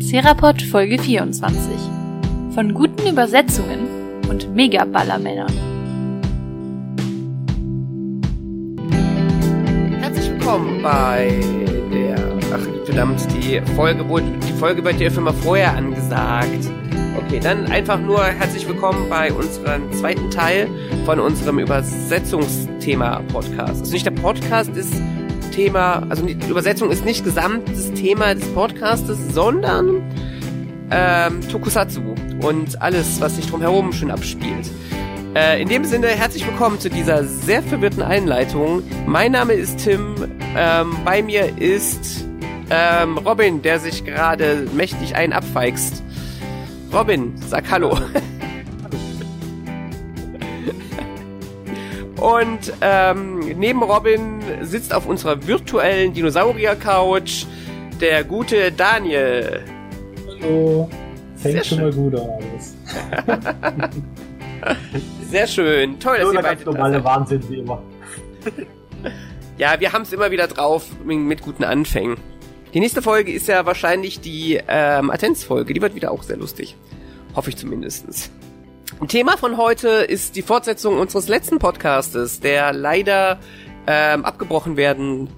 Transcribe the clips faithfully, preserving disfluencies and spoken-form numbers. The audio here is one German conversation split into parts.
Serapod Folge vierundzwanzig. Von guten Übersetzungen und Mega-Ballermännern. Herzlich willkommen bei der... Ach, verdammt, die Folge wurde... Die Folge wird ja immer vorher angesagt. Okay, dann einfach nur herzlich willkommen bei unserem zweiten Teil von unserem Übersetzungsthema-Podcast. Also nicht der Podcast ist Thema... Also die Übersetzung ist nicht gesamtes Thema des Podcastes, sondern ähm, Tokusatsu und alles, was sich drumherum schön abspielt. Äh, in dem Sinne, herzlich willkommen zu dieser sehr verwirrten Einleitung. Mein Name ist Tim, ähm, bei mir ist ähm, Robin, der sich gerade mächtig einen abfeixt. Robin, sag Hallo. Und ähm, neben Robin sitzt auf unserer virtuellen Dinosaurier-Couch der gute Daniel. Hallo. Fängt Sehr schon schön. mal gut an alles. Sehr schön. Toll, dass So ihr der beide ganz normale Wahnsinn wie immer. Ja, wir haben es immer wieder drauf mit guten Anfängen. Die nächste Folge ist ja wahrscheinlich die ähm, Adventsfolge. Die wird wieder auch sehr lustig. Hoffe ich zumindest. Thema von heute ist die Fortsetzung unseres letzten Podcastes, der leider ähm, abgebrochen werden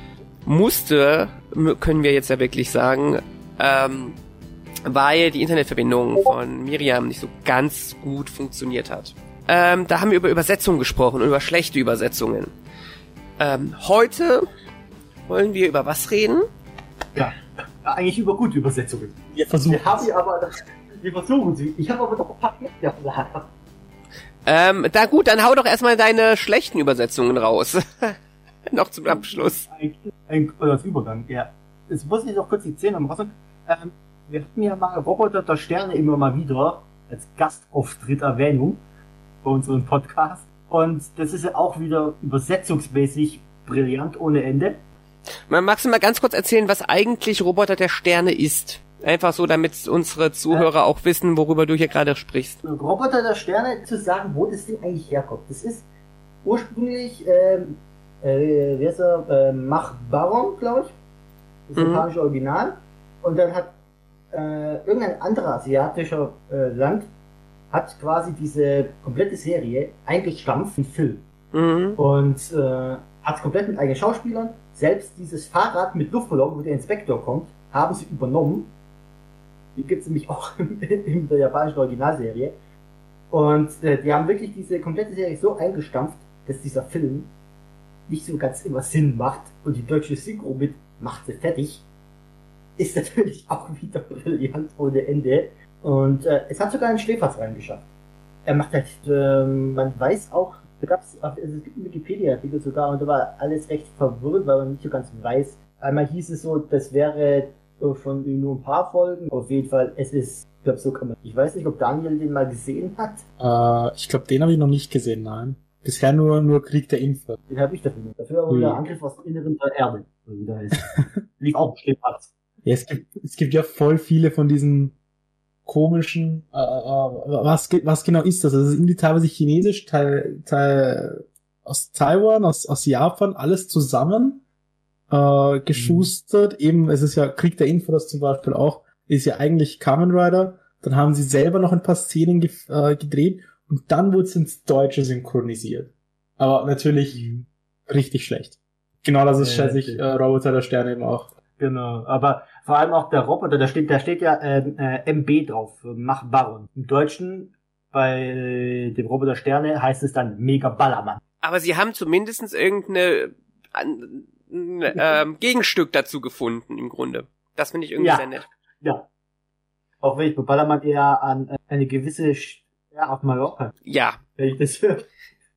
musste, können wir jetzt ja wirklich sagen, ähm, weil die Internetverbindung von Miriam nicht so ganz gut funktioniert hat. Ähm, da haben wir über Übersetzungen gesprochen und über schlechte Übersetzungen. Ähm, heute wollen wir über was reden? Ja, eigentlich über gute Übersetzungen. Wir versuchen Wir haben ja aber, wir versuchen sie. Ich habe aber noch ein paar Knöpfe. Ähm, da gut, dann hau doch erstmal deine schlechten Übersetzungen raus. Noch zum Abschluss. Ein, ein, oder als Übergang, ja. Jetzt muss ich noch kurz die Zähne machen. Ähm, wir hatten ja mal Roboter der Sterne immer mal wieder als Gastauftritt Erwähnung bei unserem Podcast. Und das ist ja auch wieder übersetzungsmäßig brillant ohne Ende. Magst du mal ganz kurz erzählen, was eigentlich Roboter der Sterne ist? Einfach so, damit unsere Zuhörer auch wissen, worüber du hier gerade sprichst. Roboter der Sterne, zu sagen, wo das Ding eigentlich herkommt. Das ist ursprünglich, ähm, äh, wer ist er, äh, Mach Baron, glaube ich. Das Mhm. japanische Original. Und dann hat äh, irgendein anderer asiatischer äh, Land hat quasi diese komplette Serie eingestampft in Film. Mhm. Und äh, hat komplett mit eigenen Schauspielern. Selbst dieses Fahrrad mit Luftballon, wo der Inspektor kommt, haben sie übernommen. Die gibt's nämlich auch in, in der japanischen Originalserie. Und äh, die haben wirklich diese komplette Serie so eingestampft, dass dieser Film nicht so ganz immer Sinn macht. Und die deutsche Synchro mit macht sie fertig. Ist natürlich auch wieder brillant ohne Ende. Und äh, es hat sogar einen Schläferz reingeschafft. Er macht halt, äh, man weiß auch, da gab's, also es gibt einen Wikipedia-Artikel sogar, und da war alles recht verwirrend, weil man nicht so ganz weiß. Einmal hieß es so, das wäre von nur ein paar Folgen. Auf jeden Fall, es ist, ich glaube, so kann man. Ich weiß nicht, ob Daniel den mal gesehen hat. Äh, ich glaube, den habe ich noch nicht gesehen, nein. Bisher nur nur Krieg der Info. Den habe ich dafür nicht. Dafür aber Ui. wieder Angriff aus dem Inneren der Erde. Oder wie der heißt. Lief auch bestimmt was. Ja, es gibt es gibt ja voll viele von diesen komischen, äh, äh, was ge- was genau ist das? Also es ist irgendwie teilweise chinesisch, teil, teil aus Taiwan, aus aus Japan, alles zusammen äh, geschustert. Mhm. Eben, es ist ja Krieg der Info, das zum Beispiel auch, ist ja eigentlich Kamen Rider. Dann haben sie selber noch ein paar Szenen ge- äh, gedreht und dann wurde es ins Deutsche synchronisiert. Aber natürlich Mhm. richtig schlecht. Genau, das ist Ja, schätze ich richtig. äh, Roboter der Sterne eben auch. Genau. Aber vor allem auch der Roboter, da steht, da steht ja äh, äh, M B drauf. Mach Baron. Im Deutschen, bei dem Roboter Sterne, heißt es dann Mega Ballermann. Aber sie haben zumindest irgendeine an, ein, ähm, Gegenstück dazu gefunden, im Grunde. Das finde ich irgendwie Ja. sehr nett. Ja. Auch wenn ich bei Ballermann eher an äh, eine gewisse, Sch- ja, auf Mallorca, Ja. wenn ich das höre.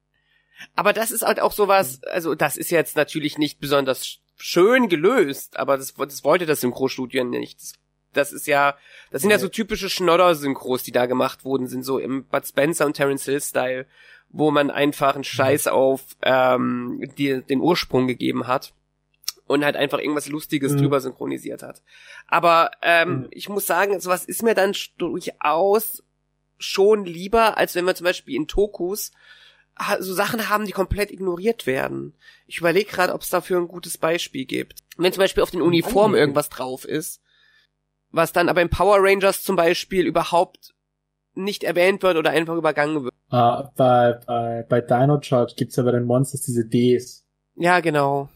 Aber das ist halt auch sowas, also das ist jetzt natürlich nicht besonders schön gelöst, aber das, das wollte das Synchrostudio nicht. Das, das ist ja, das sind ja so typische Schnodder-Synchros, die da gemacht wurden, sind so im Bud Spencer und Terence Hill-Style, wo man einfach einen Scheiß auf ähm, die, den Ursprung gegeben hat und halt einfach irgendwas Lustiges Mhm. drüber synchronisiert hat. Aber ähm, Mhm. ich muss sagen, sowas ist mir dann durchaus schon lieber, als wenn wir zum Beispiel in Tokus ha- so Sachen haben, die komplett ignoriert werden. Ich überlege gerade, ob es dafür ein gutes Beispiel gibt. Wenn zum Beispiel auf den Uniformen irgendwas drauf ist, was dann aber in Power Rangers zum Beispiel überhaupt nicht erwähnt wird oder einfach übergangen wird. Ah, bei, bei, bei Dino Charge gibt's ja bei den Monsters diese Ds. Ja, genau.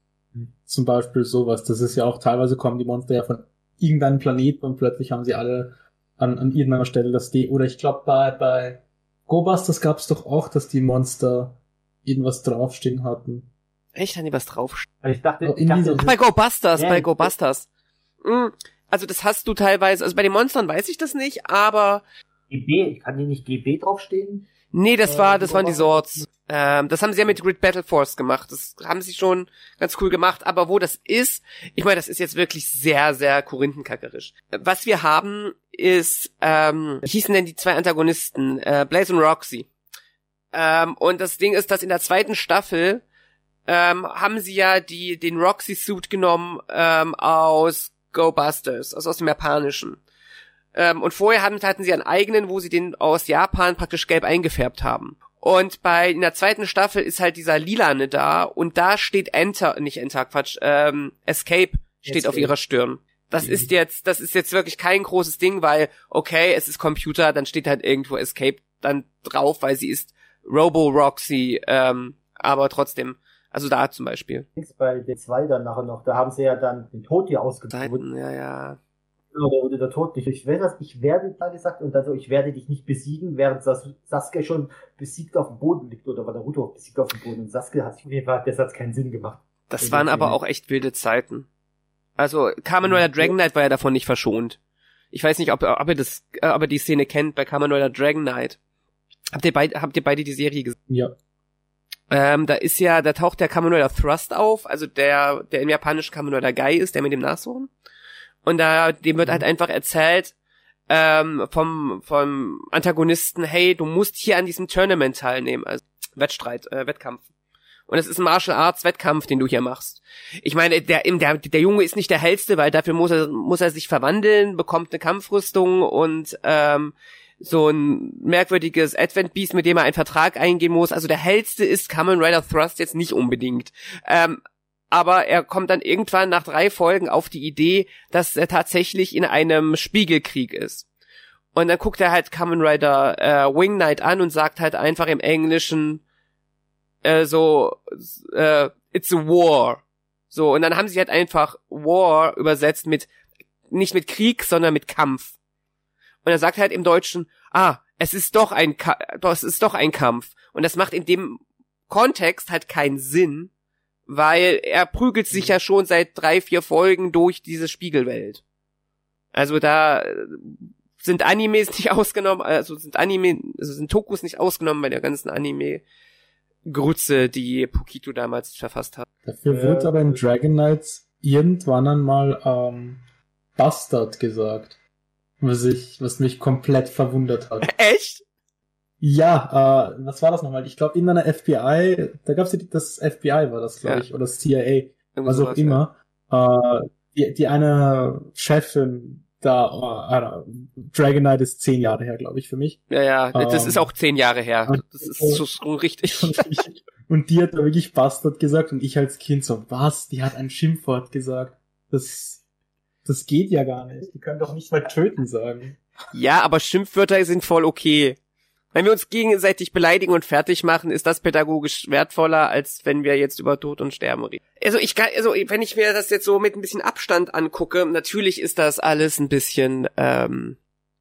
Zum Beispiel sowas. Das ist ja auch, teilweise kommen die Monster ja von irgendeinem Planeten und plötzlich haben sie alle an, an irgendeiner Stelle das D. Oder ich glaube, bei, bei Go-Busters gab's doch auch, dass die Monster irgendwas draufstehen hatten. Echt, haben die was drauf? Also ich dachte, Oh, ich dachte, in Ach, bei Go Busters, Ja, bei ich- Go Busters. Mhm. Also das hast du teilweise, also bei den Monstern weiß ich das nicht, aber G B, kann hier nicht G B draufstehen? nee, das Äh, war, das Go waren die Busters. Swords. Ähm, das haben sie ja mit Grid Battle Force gemacht. Das haben sie schon ganz cool gemacht. Aber wo das ist, ich meine, das ist jetzt wirklich sehr, sehr korinthenkackerisch. Was wir haben, ist, ähm, wie hießen denn die zwei Antagonisten? Äh, Blaze und Roxy. Ähm, und das Ding ist, dass in der zweiten Staffel ähm, haben sie ja die den Roxy-Suit genommen ähm, aus Go Busters, also aus dem Japanischen. Ähm, und vorher haben, hatten sie einen eigenen, wo sie den aus Japan praktisch gelb eingefärbt haben. Und bei in der zweiten Staffel ist halt dieser Lilane da und da steht Enter, nicht Enter, Quatsch, ähm, Escape steht Escape. auf ihrer Stirn. Das Mhm. ist jetzt, das ist jetzt wirklich kein großes Ding, weil, okay, es ist Computer, dann steht halt irgendwo Escape dann drauf, weil sie ist Robo-Roxy, ähm, aber trotzdem, also da zum Beispiel. Bei den zwei dann nachher noch, da haben sie ja dann den Tod hier ausgebucht. Seiten, ja, ja. Oder wurde der Tod nicht. Ich weiß was, ich werde da gesagt und dann so, ich werde dich nicht besiegen, während Sas Sasuke schon besiegt auf dem Boden liegt oder war Naruto auch besiegt auf dem Boden und Sasuke hat sich auf jeden Fall, das hat keinen Sinn gemacht. Das Ja, waren die- aber auch echt wilde Zeiten. Also Kamen Rider Dragon Knight war ja davon nicht verschont. Ich weiß nicht, ob, ob ihr das, äh, ob ihr die Szene kennt bei Kamen Rider Dragon Knight. Habt ihr beide, habt ihr beide die Serie gesehen? Ja. Ähm, da ist ja, da taucht der Kamen Rider Thrust auf, also der, der im japanischen Kamen Rider Guy ist, der mit dem Nashorn. Und da, dem wird halt einfach erzählt, ähm, vom, vom Antagonisten, hey, du musst hier an diesem Tournament teilnehmen, also Wettstreit, äh, Wettkampf. Und es ist ein Martial Arts Wettkampf, den du hier machst. Ich meine, der, der, der Junge ist nicht der hellste, weil dafür muss er, muss er sich verwandeln, bekommt eine Kampfrüstung und, ähm, so ein merkwürdiges Advent Beast, mit dem er einen Vertrag eingehen muss. Also der hellste ist Kamen Rider Thrust jetzt nicht unbedingt. Ähm, aber er kommt dann irgendwann nach drei Folgen auf die Idee, dass er tatsächlich in einem Spiegelkrieg ist. Und dann guckt er halt Kamen Rider äh, Wing Knight an und sagt halt einfach im Englischen äh, so, äh, it's a war. So, und dann haben sie halt einfach War übersetzt mit, nicht mit Krieg, sondern mit Kampf. Und er sagt halt im Deutschen, ah, es ist doch ein, Ka- doch, es ist doch ein Kampf. Und das macht in dem Kontext halt keinen Sinn, weil er prügelt sich ja schon seit drei, vier Folgen durch diese Spiegelwelt. Also da äh, sind Animes nicht ausgenommen, also sind Anime, also sind Tokus nicht ausgenommen bei der ganzen Anime-Grütze, die Pukito damals verfasst hat. Dafür Ja. wurde aber in Dragon Knights irgendwann einmal ähm, Bastard gesagt. Was ich, was mich komplett verwundert hat. Echt? Ja, äh, was war das nochmal? Ich glaube in einer F B I, da gab's ja die- das F B I war das, glaube Ja. ich, oder das C I A, Irgend was auch sowas, immer. Äh, die, die eine Chefin da, äh, Dragon Knight ist zehn Jahre her, glaube ich, für mich. Ja, ja, das Ähm, ist auch zehn Jahre her. und- Das ist so, so richtig. Und, ich, und die hat da wirklich Bastard gesagt und ich als Kind so, was? Die hat ein Schimpfwort gesagt. Das, das geht ja gar nicht. Die können doch nicht mal töten sagen. Ja, aber Schimpfwörter sind voll okay. Wenn wir uns gegenseitig beleidigen und fertig machen, ist das pädagogisch wertvoller, als wenn wir jetzt über Tod und Sterben reden. Also ich kann, also wenn ich mir das jetzt so mit ein bisschen Abstand angucke, natürlich ist das alles ein bisschen, ähm,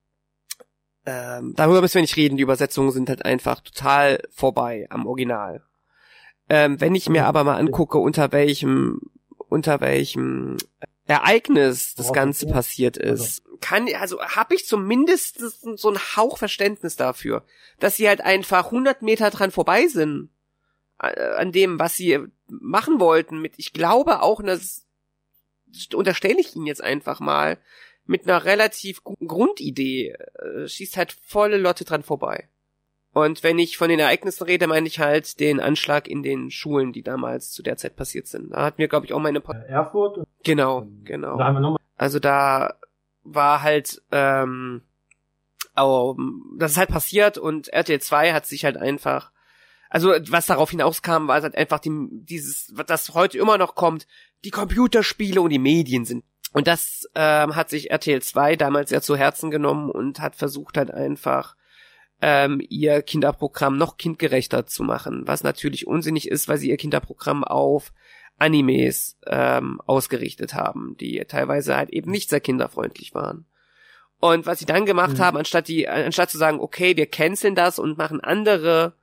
ähm, darüber müssen wir nicht reden, die Übersetzungen sind halt einfach total vorbei am Original. Ähm, wenn ich mir aber mal angucke, unter welchem, unter welchem Ereignis das Ganze passiert ist, kann, also habe ich zumindest so einen Hauch Verständnis dafür, dass sie halt einfach hundert Meter dran vorbei sind äh, an dem, was sie machen wollten. Mit, ich glaube auch, das unterstelle ich ihnen jetzt einfach mal, mit einer relativ guten Grundidee äh, schießt halt volle Lotte dran vorbei. Und wenn ich von den Ereignissen rede, meine ich halt den Anschlag in den Schulen, die damals zu der Zeit passiert sind. Da hat mir, glaube ich, auch meine... Po- Erfurt und genau, genau. da haben wir nochmal. Also da war halt, ähm, oh, das ist halt passiert und R T L zwei hat sich halt einfach, also was darauf hinauskam, war halt einfach die, dieses, was das heute immer noch kommt, die Computerspiele und die Medien sind Und das ähm, hat sich R T L zwei damals ja zu Herzen genommen und hat versucht halt einfach ähm, ihr Kinderprogramm noch kindgerechter zu machen, was natürlich unsinnig ist, weil sie ihr Kinderprogramm auf Animes ähm, ausgerichtet haben, die teilweise halt eben nicht sehr kinderfreundlich waren. Und was sie dann gemacht mhm. haben, anstatt die, anstatt zu sagen, okay, wir canceln das und machen andere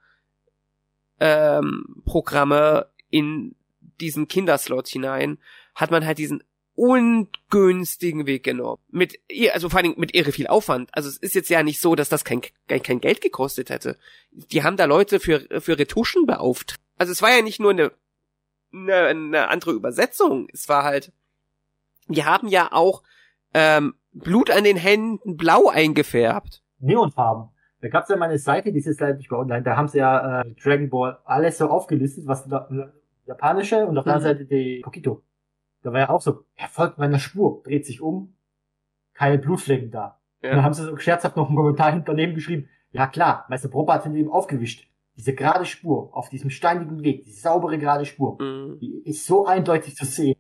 ähm, Programme in diesen Kinderslot hinein, hat man halt diesen ungünstigen Weg genommen. Mit ihr, also vor allem mit irre viel Aufwand. Also es ist jetzt ja nicht so, dass das kein, kein, kein Geld gekostet hätte. Die haben da Leute für, für Retuschen beauftragt. Also es war ja nicht nur eine, eine, eine andere Übersetzung. Es war halt, die haben ja auch ähm, Blut an den Händen blau eingefärbt. Neonfarben. Da gab's ja mal eine Seite, die ist jetzt leider nicht mehr online, da haben sie ja äh, Dragon Ball alles so aufgelistet, was da, japanische und auf der anderen Seite die Pokito. Da war ja auch so, er folgt meiner Spur, dreht sich um, keine Blutflecken da. Ja. Und dann haben sie so scherzhaft noch einen Kommentar daneben geschrieben, ja klar, Meister Prabhupada hat ihn eben aufgewischt. Diese gerade Spur, auf diesem steinigen Weg, diese saubere gerade Spur, mhm. die ist so eindeutig zu sehen.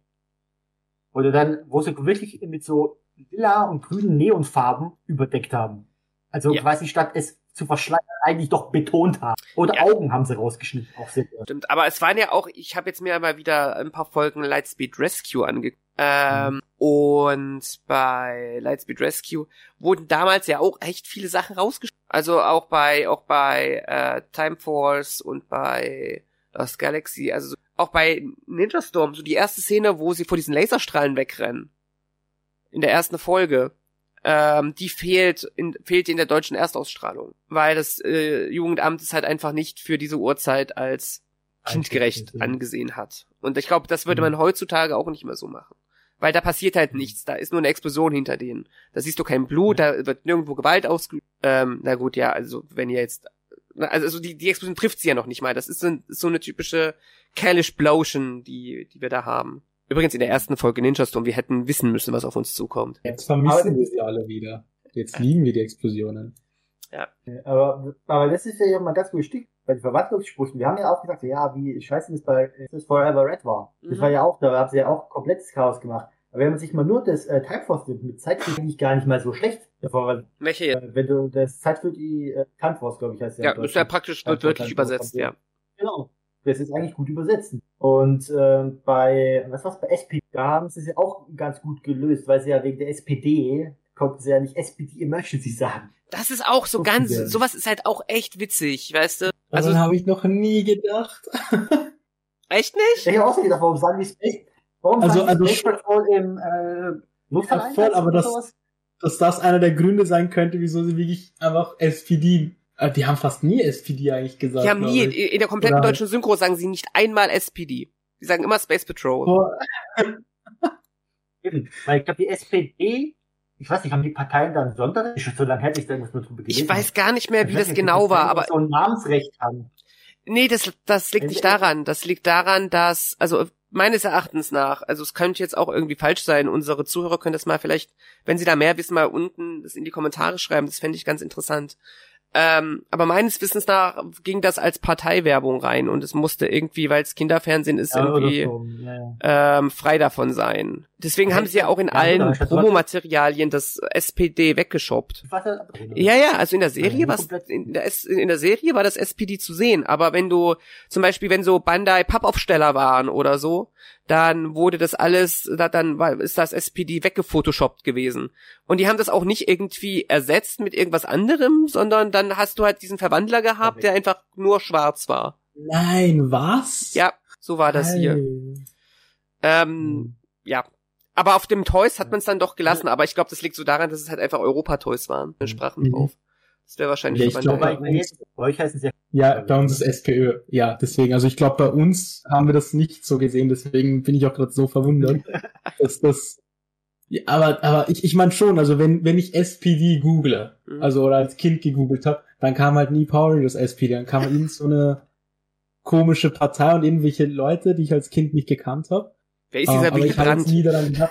Oder dann, wo sie wirklich mit so lila und grünen Neonfarben überdeckt haben. Also ja. quasi statt es zu verschleiern, eigentlich doch betont haben. Oder ja. Augen haben sie rausgeschnitten. Auch sehr Stimmt, aber es waren ja auch, ich habe jetzt mir mal wieder ein paar Folgen Lightspeed Rescue angeguckt. Ähm, mhm. Und bei Lightspeed Rescue wurden damals ja auch echt viele Sachen rausgeschnitten. Also auch bei auch bei äh, Time Force und bei Lost Galaxy, also auch bei Ninja Storm, so die erste Szene, wo sie vor diesen Laserstrahlen wegrennen. In der ersten Folge. Ähm, die fehlt in, fehlt in der deutschen Erstausstrahlung, weil das äh, Jugendamt es halt einfach nicht für diese Uhrzeit als kindgerecht angesehen hat. Und ich glaube, das würde man heutzutage auch nicht mehr so machen. Weil da passiert halt nichts, da ist nur eine Explosion hinter denen. Da siehst du kein Blut, da wird nirgendwo Gewalt ausgeübt. Ähm, na gut, ja, also wenn ihr jetzt, also die, die Explosion trifft sie ja noch nicht mal. Das ist so, so eine typische Kellish-Blotion, die, die wir da haben. Übrigens in der ersten Folge Ninja Storm, wir hätten wissen müssen, was auf uns zukommt. Jetzt vermissen wir sie alle wieder. Jetzt lieben wir die Explosionen. Ja. Aber, aber das ist ja mal ganz gut Stück bei den Verwandlungssprüchen. Wir haben ja auch gesagt, ja, wie scheiße das bei das Forever Red war. Das mhm. war ja auch, da haben sie ja auch komplettes Chaos gemacht. Aber wenn man sich mal nur das äh, Time Force nimmt, mit Zeit finde ich gar nicht mal so schlecht. Davor, Welche jetzt? Äh, wenn du das Zeit für die äh, Time Force, glaube ich, heißt ja. Ja, das ist ja praktisch wird wörtlich übersetzt, ja. Genau. Das ist eigentlich gut übersetzt. Und äh, bei, was war's, bei S P D, da haben sie es ja auch ganz gut gelöst, weil sie ja wegen der S P D konnten sie ja nicht S P D Emergency sagen. Das ist auch so, so ganz, viel. Sowas ist halt auch echt witzig, weißt du? Also habe ich noch nie gedacht. Echt nicht? Ich habe auch so gedacht, warum sagen die Space, warum also, sagen die also Space Patrol im äh, Luftfahrt voll, aber das, dass das einer der Gründe sein könnte, wieso sie wirklich einfach S P D. Die haben fast nie S P D eigentlich gesagt. Die haben nie, ich. in der kompletten Oder deutschen Synchro sagen sie nicht einmal S P D. Sie sagen immer Space Patrol. Oh. Eben, weil ich glaube, die S P D, ich weiß nicht, haben die Parteien dann Sonderrechte? So lange hätte ich da irgendwas nur drüber gelesen. Ich weiß gar nicht mehr, wie das genau war, aber... so ein Namensrecht haben. Nee, das, das liegt nicht daran. Das liegt daran, dass, also meines Erachtens nach, also es könnte jetzt auch irgendwie falsch sein, unsere Zuhörer können das mal vielleicht, wenn sie da mehr wissen, mal unten das in die Kommentare schreiben, das fände ich ganz interessant. Ähm, aber meines Wissens nach ging das als Parteiwerbung rein und es musste irgendwie, weil es Kinderfernsehen ist, ja, irgendwie so. ja, ja. Ähm, frei davon sein. Deswegen ja, haben sie ja auch in ja, allen Promomaterialien das S P D weggeschoppt. Ja, ja, also in der Serie ja, was in der, S- in der Serie war das S P D zu sehen, aber wenn du zum Beispiel, wenn so Bandai Pappaufsteller waren oder so, dann wurde das alles, dann war, ist das S P D weggefotoshoppt gewesen. Und die haben das auch nicht irgendwie ersetzt mit irgendwas anderem, sondern dann hast du halt diesen Verwandler gehabt, okay. der einfach nur schwarz war. Nein, was? Ja, so war das hey. hier. Ähm, hm. ja. Aber auf dem Toys hat man es dann doch gelassen, aber ich glaube, das liegt so daran, dass es halt einfach Europa-Toys waren, mit Sprachen mhm. drauf. Das wäre wahrscheinlich ja, ich glaub, bei, bei euch heißt es ja. Ja, bei uns ist S P Ö. Ja, deswegen. Also ich glaube, bei uns haben wir das nicht so gesehen. Deswegen bin ich auch gerade so verwundert, dass das. Ja, aber aber ich ich meine schon. Also wenn wenn ich S P D google, mhm. also oder als Kind gegoogelt habe, dann kam halt nie Power Rangers S P D. Dann kam irgend so eine komische Partei und irgendwelche Leute, die ich als Kind nicht gekannt habe. Wer ist dieser uh, Willy Brandt? Ich habe jetzt nie daran gedacht.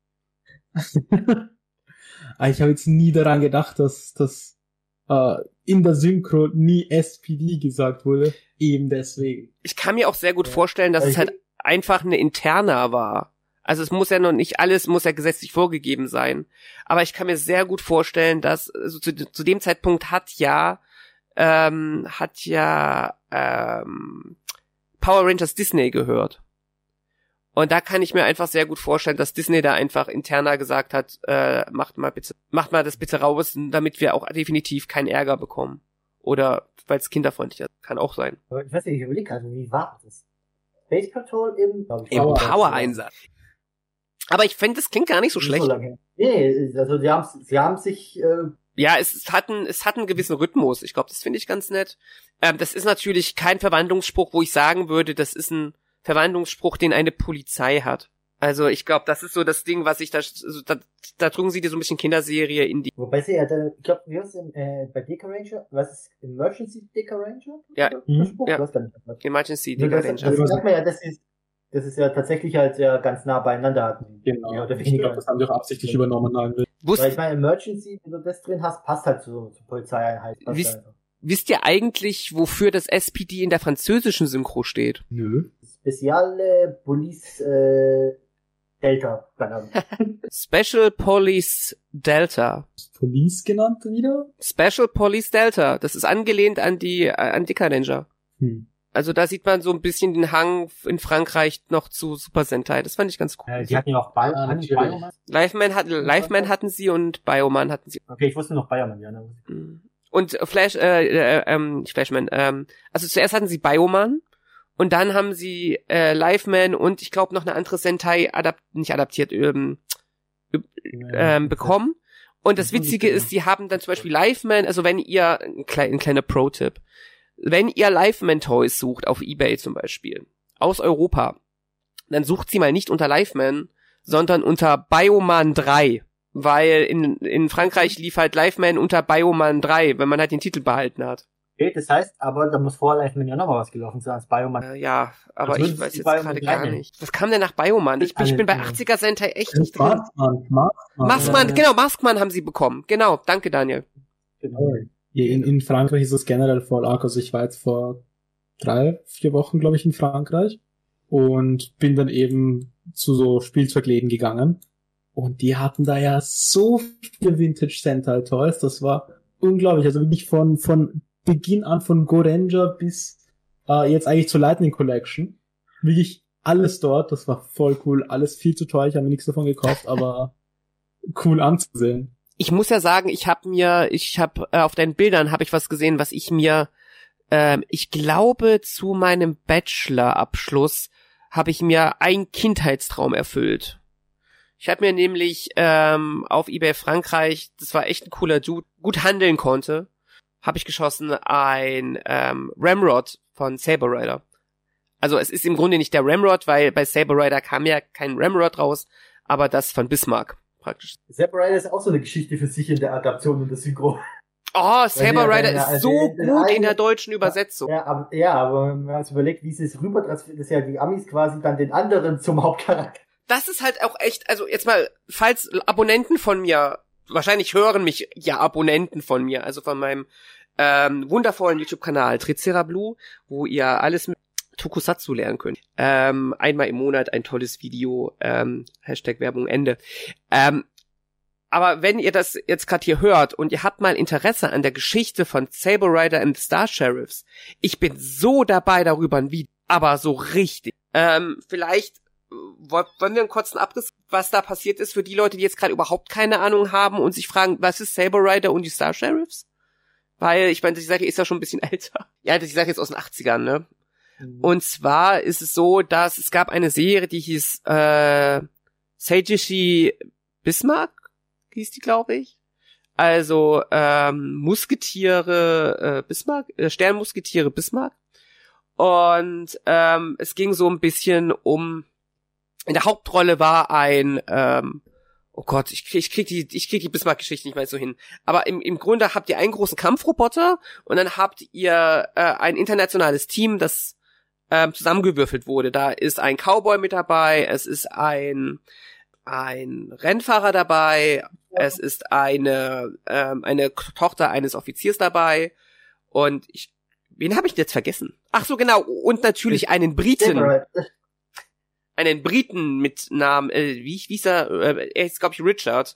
ich habe jetzt nie daran gedacht, dass dass Uh, in der Synchro nie S P D gesagt wurde, eben deswegen. Ich kann mir auch sehr gut ja. vorstellen, dass also es halt einfach eine Interna war. Also es muss ja noch nicht alles, muss ja gesetzlich vorgegeben sein. Aber ich kann mir sehr gut vorstellen, dass also zu, zu dem Zeitpunkt hat ja ähm, hat ja ähm, Power Rangers Disney gehört. Und da kann ich mir einfach sehr gut vorstellen, dass Disney da einfach interner gesagt hat, äh, macht mal bitte, macht mal das bitte raus, damit wir auch definitiv keinen Ärger bekommen. Oder weil es kinderfreundlich ist. Kann auch sein. Aber ich weiß nicht, ich überlege gerade, wie war das? Space Patrol im, Im Power-Einsatz. Aber ich finde, das klingt gar nicht so schlecht. So nee, also die haben, sie haben sich... Äh, ja, es hat einen, es hat einen gewissen Rhythmus. Ich glaube, das finde ich ganz nett. Ähm, das ist natürlich kein Verwandlungsspruch, wo ich sagen würde, das ist ein Verwandlungsspruch, den eine Polizei hat. Also ich glaube, das ist so das Ding, was ich da, also da, da drücken sie dir so ein bisschen Kinderserie in die... Wobei sie ja, da, ich glaube, wie heißt es äh, bei Deca Ranger? Was ist Emergency Deca Ranger? Ja. Mhm. Spruch? Ja. Ich weiß gar nicht. Emergency Deca Deca Ranger. Das, das sagt man ja, das ist, das ist ja tatsächlich halt ja ganz nah beieinander hatten. Genau. Ja, oder Ich glaube, das haben die auch absichtlich ja. übernommen. Wusst, Weil ich meine, Emergency, wenn du das drin hast, passt halt zu, zur Polizeieinheit. Wisst, halt. wisst ihr eigentlich, wofür das S P D in der französischen Synchro steht? Nö. Speziale Police äh, Delta. Special Police Delta. Police genannt wieder? Special Police Delta. Das ist angelehnt an die an Deca Ranger. Hm. Also da sieht man so ein bisschen den Hang in Frankreich noch zu Super Sentai. Das fand ich ganz cool. Äh, die hatten ja auch Bio- ah, Bioman. Liveman hatten, Liveman hatten sie und Bioman hatten sie. Okay, ich wusste noch Bioman, ja. Ne? Und Flash, äh, äh, ähm, nicht Flashman, ähm, also zuerst hatten sie Bioman und dann haben sie äh, Liveman und ich glaube noch eine andere Sentai adapt, nicht adaptiert, ähm, ähm, bekommen. Und das Witzige ist, sie haben dann zum Beispiel Liveman, also wenn ihr, ein, klein, ein kleiner Pro-Tipp, wenn ihr Liveman-Toys sucht, auf eBay zum Beispiel, aus Europa, dann sucht sie mal nicht unter Liveman, sondern unter Bioman drei, weil in in Frankreich lief halt Liveman unter Bioman drei, wenn man halt den Titel behalten hat. Okay, das heißt, aber da muss vor Liveman ja nochmal was gelaufen sein als Bioman. Äh, ja, aber also ich weiß jetzt gerade gar nicht. Was kam denn nach Bioman? Ich, ich bin bei achtziger Sentai echt nicht drin. Maskman, Maskman. Maskman, ja. Genau, Maskman haben sie bekommen. Genau, danke Daniel. Genau. In, in Frankreich ist es generell voll arg. Also ich war jetzt vor drei, vier Wochen, glaube ich, in Frankreich und bin dann eben zu so Spielzeugläden gegangen. Und die hatten da ja so viele Vintage Sentai Toys. Das war unglaublich. Also wirklich von von Beginn an, von Goranger bis äh, jetzt eigentlich zur Lightning Collection. Wirklich alles dort. Das war voll cool. Alles viel zu teuer. Ich habe mir nichts davon gekauft, aber cool anzusehen. Ich muss ja sagen, ich habe mir, ich habe äh, auf deinen Bildern habe ich was gesehen, was ich mir, ähm, ich glaube zu meinem Bachelor-Abschluss habe ich mir einen Kindheitstraum erfüllt. Ich habe mir nämlich ähm, auf eBay Frankreich, das war echt ein cooler Dude, gut handeln konnte, habe ich geschossen ein ähm, Ramrod von Saber Rider. Also es ist im Grunde nicht der Ramrod, weil bei Saber Rider kam ja kein Ramrod raus, aber das von Bismarck. Praktisch. Saber Rider ist auch so eine Geschichte für sich in der Adaption und der Synchro. Oh, Saber Rider ja, ja, ist also so in, in gut eine, in der deutschen Übersetzung. Ja, aber, ja, aber wenn man sich überlegt, wie sie es rüber transferiert, dass ja die Amis quasi dann den anderen zum Hauptcharakter. Das ist halt auch echt, also jetzt mal, falls Abonnenten von mir, wahrscheinlich hören mich ja Abonnenten von mir, also von meinem ähm, wundervollen YouTube-Kanal Tricerablu, wo ihr alles mit Tokusatsu lernen könnt. Ähm, einmal im Monat ein tolles Video, ähm, Hashtag Werbung Ende. Ähm, aber wenn ihr das jetzt gerade hier hört und ihr habt mal Interesse an der Geschichte von Saber Rider and the Star Sheriffs, ich bin so dabei darüber ein Video, aber so richtig. Ähm, vielleicht wollen wir einen kurzen Abriss, was da passiert ist für die Leute, die jetzt gerade überhaupt keine Ahnung haben und sich fragen, was ist Saber Rider und die Star Sheriffs? Weil, ich meine, die Serie ist ja schon ein bisschen älter. Ja, die Serie ist aus den achtzigern, ne? Und zwar ist es so, dass es gab eine Serie, die hieß äh, Seijishi Bismarck, hieß die, glaube ich. Also ähm, Musketiere äh, Bismarck, äh, Sternmusketiere Bismarck. Und ähm, es ging so ein bisschen um, in der Hauptrolle war ein, ähm, oh Gott, ich krieg, ich krieg die, ich krieg die Bismarck-Geschichte nicht mehr so hin. Aber im, im Grunde habt ihr einen großen Kampfroboter und dann habt ihr äh, ein internationales Team, das ähm, zusammengewürfelt wurde. Da ist ein Cowboy mit dabei, es ist ein ein Rennfahrer dabei, es ist eine ähm, eine Tochter eines Offiziers dabei und ich, wen habe ich jetzt vergessen? Ach so, genau, und natürlich einen Briten. einen Briten mit Namen, äh, wie, wie hieß er, äh, er ist, glaube ich, Richard.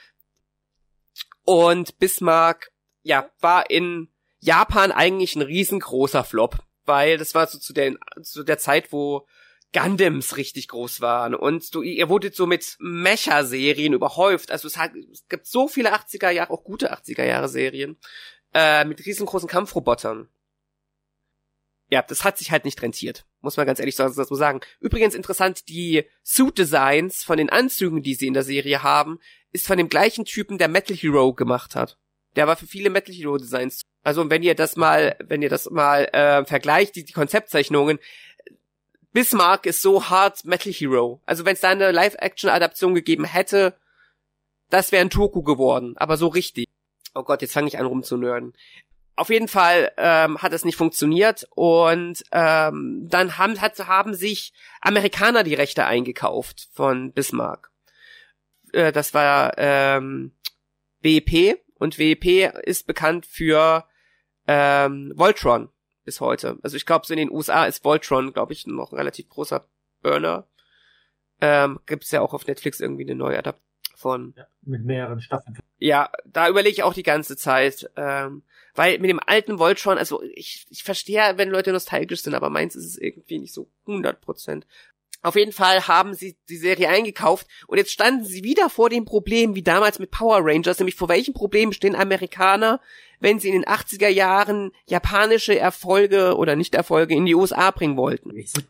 Und Bismarck, ja, war in Japan eigentlich ein riesengroßer Flop, weil das war so zu der, zu der Zeit, wo Gundams richtig groß waren und du, ihr wurdet so mit Mecha-Serien überhäuft. Also es, hat, es gibt so viele achtziger Jahre, auch gute achtziger Jahre Serien, äh, mit riesengroßen Kampfrobotern. Ja, das hat sich halt nicht rentiert, muss man ganz ehrlich so sagen. Übrigens interessant, die Suit-Designs von den Anzügen, die sie in der Serie haben, ist von dem gleichen Typen, der Metal Hero gemacht hat. Der war für viele Metal Hero Designs. Also wenn ihr das mal, wenn ihr das mal äh, vergleicht, die, die Konzeptzeichnungen, Bismarck ist so hart Metal Hero. Also wenn es da eine Live-Action-Adaption gegeben hätte, das wäre ein Toku geworden, aber so richtig. Oh Gott, jetzt fange ich an rumzunörden. Auf jeden Fall ähm, hat es nicht funktioniert und ähm, dann haben, hat, haben sich Amerikaner die Rechte eingekauft von Bismarck. Äh, das war ähm, W E P und W E P ist bekannt für ähm, Voltron bis heute. Also ich glaube, so in den U S A ist Voltron, glaube ich, noch ein relativ großer Burner. Ähm, gibt's ja auch auf Netflix irgendwie eine neue Adaption von. Ja, mit mehreren Staffeln. Ja, da überlege ich auch die ganze Zeit. Ähm, weil mit dem alten Voltron, also ich, ich verstehe, wenn Leute nostalgisch sind, aber meins ist es irgendwie nicht so hundert Prozent. Auf jeden Fall haben sie die Serie eingekauft und jetzt standen sie wieder vor dem Problem wie damals mit Power Rangers, nämlich vor welchen Problemen stehen Amerikaner, wenn sie in den achtziger Jahren japanische Erfolge oder Nicht-Erfolge in die U S A bringen wollten.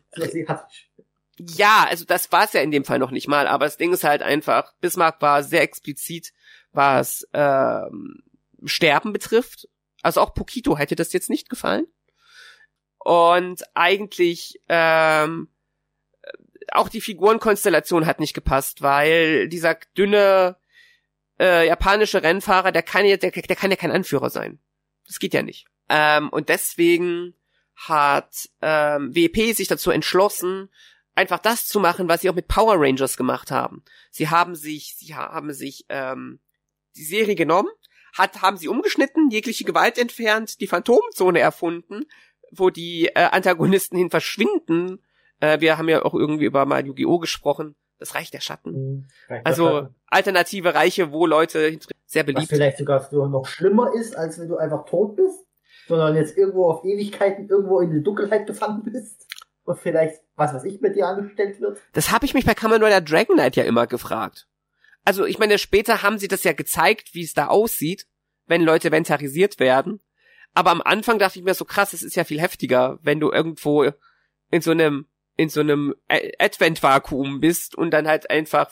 Ja, also das war es ja in dem Fall noch nicht mal, aber das Ding ist halt einfach, Bismarck war sehr explizit, was ähm, Sterben betrifft. Also auch Pokito hätte das jetzt nicht gefallen. Und eigentlich ähm, auch die Figurenkonstellation hat nicht gepasst, weil dieser dünne äh, japanische Rennfahrer, der kann ja, der, der kann ja kein Anführer sein. Das geht ja nicht. Ähm, und deswegen hat ähm, W E P sich dazu entschlossen, einfach das zu machen, was sie auch mit Power Rangers gemacht haben. Sie haben sich, sie haben sich ähm, die Serie genommen, hat, haben sie umgeschnitten, jegliche Gewalt entfernt, die Phantomzone erfunden, wo die äh, Antagonisten hin verschwinden. Äh, wir haben ja auch irgendwie über mal Yu-Gi-Oh! Gesprochen. Das Reich der Schatten. Mhm, Reich also der Schatten. Alternative Reiche, wo Leute sehr beliebt. Was vielleicht sogar so noch schlimmer ist, als wenn du einfach tot bist, sondern jetzt irgendwo auf Ewigkeiten irgendwo in der Dunkelheit gefangen bist und vielleicht, was weiß ich, mit dir angestellt wird. Das habe ich mich bei Kamen Rider Dragon Knight ja immer gefragt. Also ich meine, später haben sie das ja gezeigt, wie es da aussieht, wenn Leute ventarisiert werden. Aber am Anfang dachte ich mir so, krass, es ist ja viel heftiger, wenn du irgendwo in so einem in so einem Advent-Vakuum bist und dann halt einfach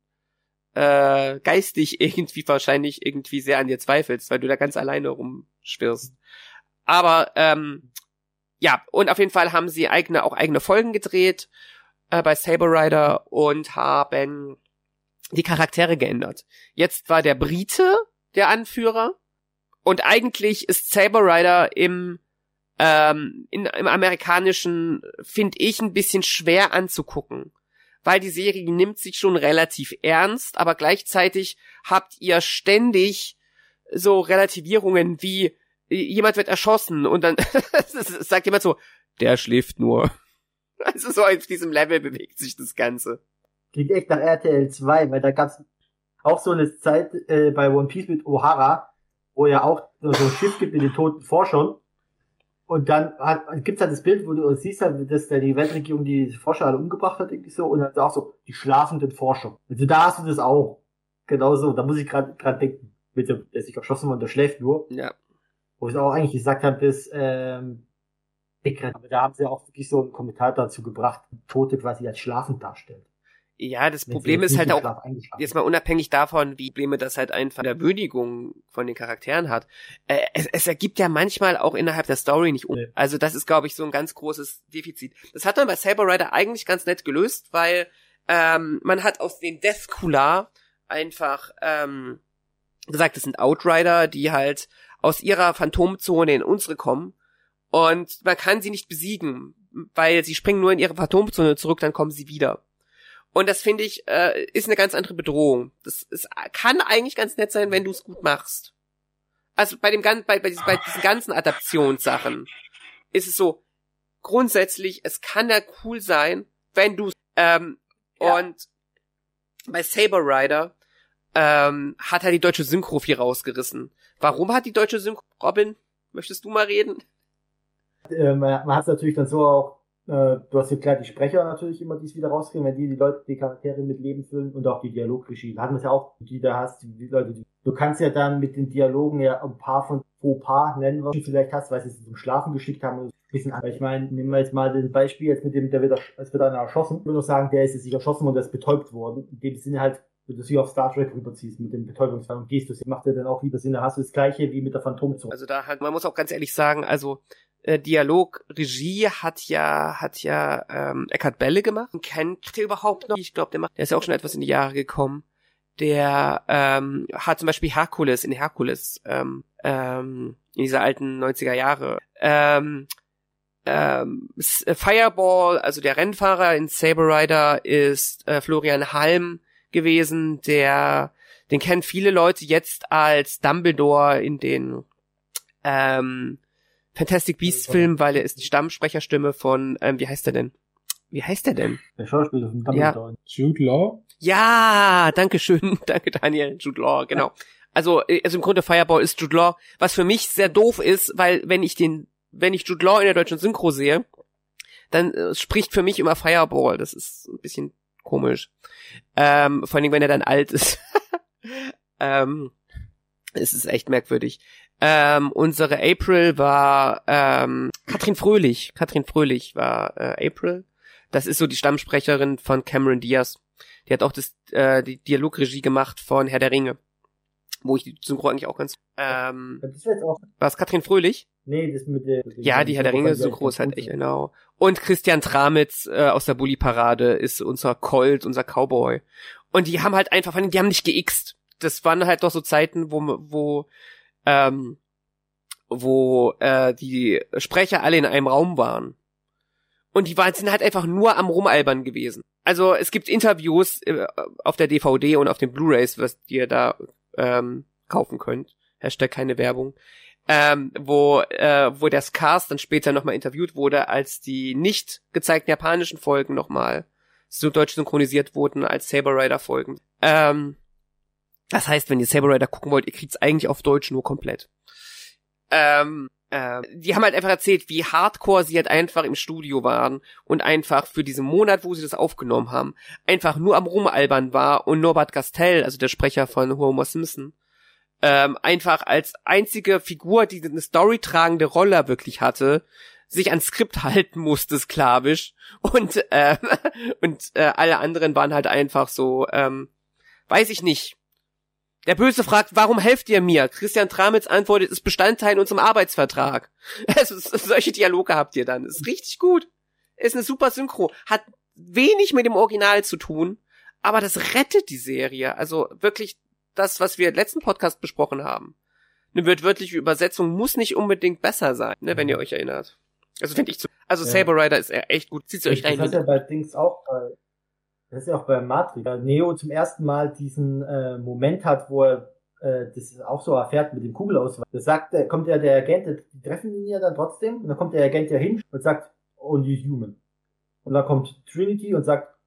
äh, geistig irgendwie wahrscheinlich irgendwie sehr an dir zweifelst, weil du da ganz alleine rumschwirrst. Aber ähm, ja, und auf jeden Fall haben sie eigene auch eigene Folgen gedreht äh, bei Saber Rider und haben die Charaktere geändert. Jetzt war der Brite der Anführer und eigentlich ist Saber Rider im ähm, in, im amerikanischen, finde ich, ein bisschen schwer anzugucken, weil die Serie nimmt sich schon relativ ernst, aber gleichzeitig habt ihr ständig so Relativierungen wie jemand wird erschossen und dann sagt jemand so, der schläft nur. Also so auf diesem Level bewegt sich das Ganze. Klingt echt nach R T L zwei, weil da gab's auch so eine Zeit äh, bei One Piece mit O'Hara, wo ja auch so ein Schiff gibt mit den toten Forschern. Und dann hat, gibt's halt das Bild, wo du siehst halt, dass da die Weltregierung die Forscher alle umgebracht hat, irgendwie so, und dann auch so, die schlafenden Forscher. Also da hast du das auch. Genau so, da muss ich gerade dran denken. Mit dem, der sich erschossen hat, der schläft nur. Ja. Wo ich auch eigentlich gesagt habe, dass, ähm, aber da haben sie auch wirklich so einen Kommentar dazu gebracht, Tote quasi als schlafend darstellt. Ja, das Problem ist halt auch, jetzt mal unabhängig davon, wie Probleme das halt einfach in der Würdigung von den Charakteren hat, äh, es, es ergibt ja manchmal auch innerhalb der Story nicht um. Also das ist, glaube ich, so ein ganz großes Defizit. Das hat man bei Saber Rider eigentlich ganz nett gelöst, weil ähm, man hat aus den Death Kula einfach ähm, gesagt, das sind Outrider, die halt aus ihrer Phantomzone in unsere kommen und man kann sie nicht besiegen, weil sie springen nur in ihre Phantomzone zurück, dann kommen sie wieder. Und das, finde ich, äh, ist eine ganz andere Bedrohung. Das ist, kann eigentlich ganz nett sein, wenn du es gut machst. Also bei dem bei, bei, diesen, bei diesen ganzen Adaptionssachen ist es so, grundsätzlich, es kann ja cool sein, wenn du Ähm, Ja. Und bei Saber Rider ähm, hat er die deutsche Synchro viel rausgerissen. Warum hat die deutsche Synchro... Robin, möchtest du mal reden? Äh, man man hat es natürlich dann so auch, äh, du hast ja klar die Sprecher natürlich immer, die es wieder rauskriegen, wenn die die Leute, die Charaktere mit Leben füllen und auch die Dialogregie. Da hatten wir es ja auch, die da hast, die, die Leute, die, du kannst ja dann mit den Dialogen ja ein paar von Fauxpas nennen, was du vielleicht hast, weil sie es zum Schlafen geschickt haben und ein bisschen an. Ich meine, nehmen wir jetzt mal das Beispiel jetzt mit dem, der wird, ersch- es wird einer erschossen. Ich würde auch sagen, der ist jetzt nicht erschossen und der ist betäubt worden. In dem Sinne halt, wenn du es wie auf Star Trek rüberziehst mit dem Betäubungsfall und gehst, das macht er dann auch wieder Sinn. Da hast du das Gleiche wie mit der Phantomzone. Also da hat, man muss auch ganz ehrlich sagen, also äh, Dialog, Regie hat ja, hat ja ähm, Eckhard Belle gemacht. Kennt der überhaupt noch? Ich glaube, der macht, der ist ja auch schon etwas in die Jahre gekommen. Der ähm, hat zum Beispiel Herkules in Herkules, ähm, ähm, in dieser alten neunziger Jahre. Ähm, ähm, Fireball, also der Rennfahrer in Saber Rider, ist äh, Florian Halm gewesen, der, den kennen viele Leute jetzt als Dumbledore in den ähm, Fantastic Beasts Film, weil er ist die Stammsprecherstimme von, ähm, wie heißt er denn? Wie heißt er denn? Der Schauspieler von Dumbledore. Jude Law? Ja, danke schön, danke Daniel, Jude Law, genau. Also, also im Grunde Fireball ist Jude Law, was für mich sehr doof ist, weil wenn ich den, wenn ich Jude Law in der deutschen Synchro sehe, dann äh, spricht für mich immer Fireball, das ist ein bisschen komisch. Ähm, vor allem, wenn er dann alt ist. ähm, es ist echt merkwürdig. Ähm, unsere April war ähm, Katrin Fröhlich. Katrin Fröhlich war äh, April. Das ist so die Stammsprecherin von Cameron Diaz. Die hat auch das, äh, die Dialogregie gemacht von Herr der Ringe. Wo ich die Synchro eigentlich auch ganz... Ähm, Das wäre jetzt auch. war es Katrin Fröhlich? Nee, das mit der. Ja, die Herr der Ringe Synchro ist halt echt genau. Und Christian Tramitz äh, aus der Bulli-Parade ist unser Colt, unser Cowboy. Und die haben halt einfach, die haben nicht geixt. Das waren halt doch so Zeiten, wo wo ähm, wo äh, die Sprecher alle in einem Raum waren. Und die waren sind halt einfach nur am Rumalbern gewesen. Also es gibt Interviews äh, auf der D V D und auf den Blu-rays, was ihr da ähm, kaufen könnt. Hashtag keine Werbung. Ähm, wo äh, wo der Cast dann später nochmal interviewt wurde, als die nicht gezeigten japanischen Folgen nochmal so deutsch synchronisiert wurden als Saber Rider Folgen. Ähm, das heißt, wenn ihr Saber Rider gucken wollt, ihr kriegt's eigentlich auf Deutsch nur komplett. Ähm, äh, die haben halt einfach erzählt, wie hardcore sie halt einfach im Studio waren und einfach für diesen Monat, wo sie das aufgenommen haben, einfach nur am Rumalbern war und Norbert Gastel, also der Sprecher von Homer Simpson, Ähm, einfach als einzige Figur, die eine storytragende Rolle wirklich hatte, sich ans Skript halten musste, sklavisch. Und, äh, und äh, alle anderen waren halt einfach so, ähm, weiß ich nicht. Der Böse fragt, warum helft ihr mir? Christian Tramitz antwortet, ist Bestandteil in unserem Arbeitsvertrag. Also, solche Dialoge habt ihr dann. Ist richtig gut. Ist eine super Synchro. Hat wenig mit dem Original zu tun, aber das rettet die Serie. Also wirklich das, was wir im letzten Podcast besprochen haben. Eine wörtliche Übersetzung muss nicht unbedingt besser sein, ne, wenn ihr euch erinnert. Also finde ich zu. Also Ja. Saber Rider ist echt gut. Zieht's euch Das rein. ist ja bei Dings auch bei, das ist ja auch bei Matrix. Da Neo zum ersten Mal diesen äh, Moment hat, wo er äh, das auch so erfährt mit dem Kugelausweis. Da sagt, äh, kommt ja der Agent, die treffen ihn ja dann trotzdem, und dann kommt der Agent ja hin und sagt, only human. Und dann kommt Trinity und sagt,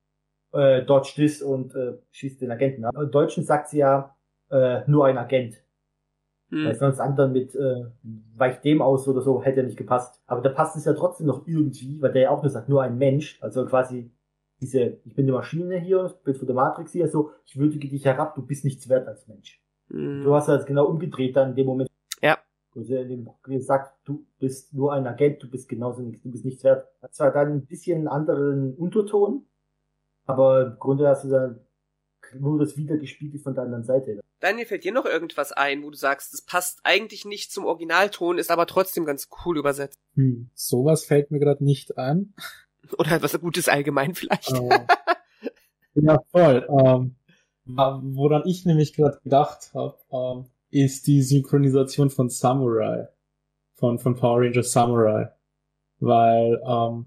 äh, dodge this und äh, schießt den Agenten ab. Im Deutschen sagt sie ja, äh, nur ein Agent. Hm. Weil sonst anderen mit äh, weicht dem aus oder so, hätte ja nicht gepasst. Aber da passt es ja trotzdem noch irgendwie, weil der ja auch nur sagt, nur ein Mensch, also quasi diese, ich bin die Maschine hier, ich bin von der Matrix hier, so, ich würdige dich herab, du bist nichts wert als Mensch. Hm. Du hast halt genau umgedreht dann in dem Moment. Ja. Wo sie in dem gesagt, du bist nur ein Agent, du bist genauso nichts, du bist nichts wert. Hat zwar dann ein bisschen einen anderen Unterton, aber im Grunde hast du dann nur das Wiedergespiegelt von der anderen Seite. Daniel, fällt dir noch irgendwas ein, wo du sagst, das passt eigentlich nicht zum Originalton, ist aber trotzdem ganz cool übersetzt? Hm, sowas fällt mir gerade nicht ein. Oder was Gutes allgemein vielleicht? Äh, ja, voll. Ähm, woran ich nämlich gerade gedacht habe, ähm, ist die Synchronisation von Samurai. Von, von Power Rangers Samurai. Weil, ähm,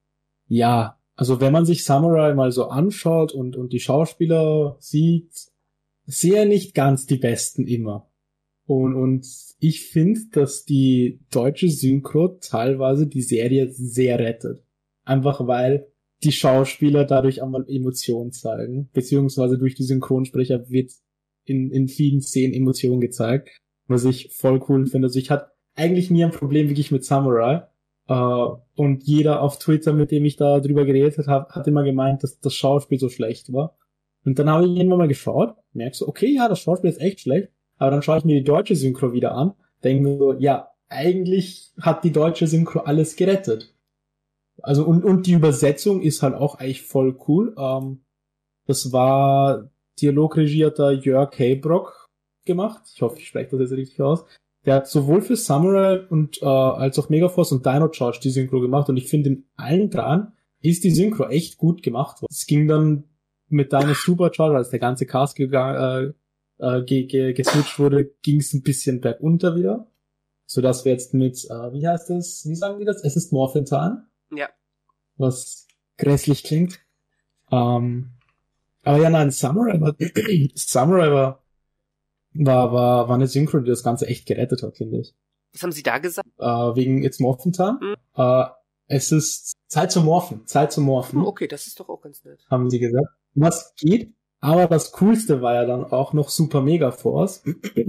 ja, also wenn man sich Samurai mal so anschaut und, und die Schauspieler sieht, sehr nicht ganz die besten immer. Und, und ich finde, dass die deutsche Synchro teilweise die Serie sehr rettet. Einfach weil die Schauspieler dadurch einmal Emotionen zeigen, beziehungsweise durch die Synchronsprecher wird in, in vielen Szenen Emotionen gezeigt, was ich voll cool finde. Also ich hatte eigentlich nie ein Problem wirklich mit Samurai, uh, und jeder auf Twitter, mit dem ich da drüber geredet habe, hat immer gemeint, dass das Schauspiel so schlecht war. Und dann habe ich irgendwann mal geschaut, merkst du, okay, ja, das Schauspiel ist echt schlecht, aber dann schaue ich mir die deutsche Synchro wieder an, denke mir so, ja, eigentlich hat die deutsche Synchro alles gerettet. Also und und die Übersetzung ist halt auch eigentlich voll cool. Ähm, das war Dialogregie hat da Jörg Heybrock gemacht. Ich hoffe, ich spreche das jetzt richtig aus. Der hat sowohl für Samurai und äh, als auch Megaforce und Dino Charge die Synchro gemacht und ich finde, in allen dran ist die Synchro echt gut gemacht worden. Es ging dann mit Dino Supercharger, als der ganze Cast gegangen, äh, äh, ge- ge- geswitcht wurde, ging es ein bisschen bergunter wieder. So dass wir jetzt mit, äh, wie heißt das, wie sagen die das? Es ist Morphin Time. Ja. Was grässlich klingt. Ähm, aber ja, nein, Samurai war, Samurai war, war, war, war eine Synchro, die das Ganze echt gerettet hat, finde ich. Was haben Sie da gesagt? Äh, wegen It's Morphin Time. Mhm. Äh, es ist Zeit zu morphen, Zeit zu morphen. Oh, okay, das ist doch auch ganz nett. Haben sie gesagt. Was geht? Aber das Coolste war ja dann auch noch Super Mega Force.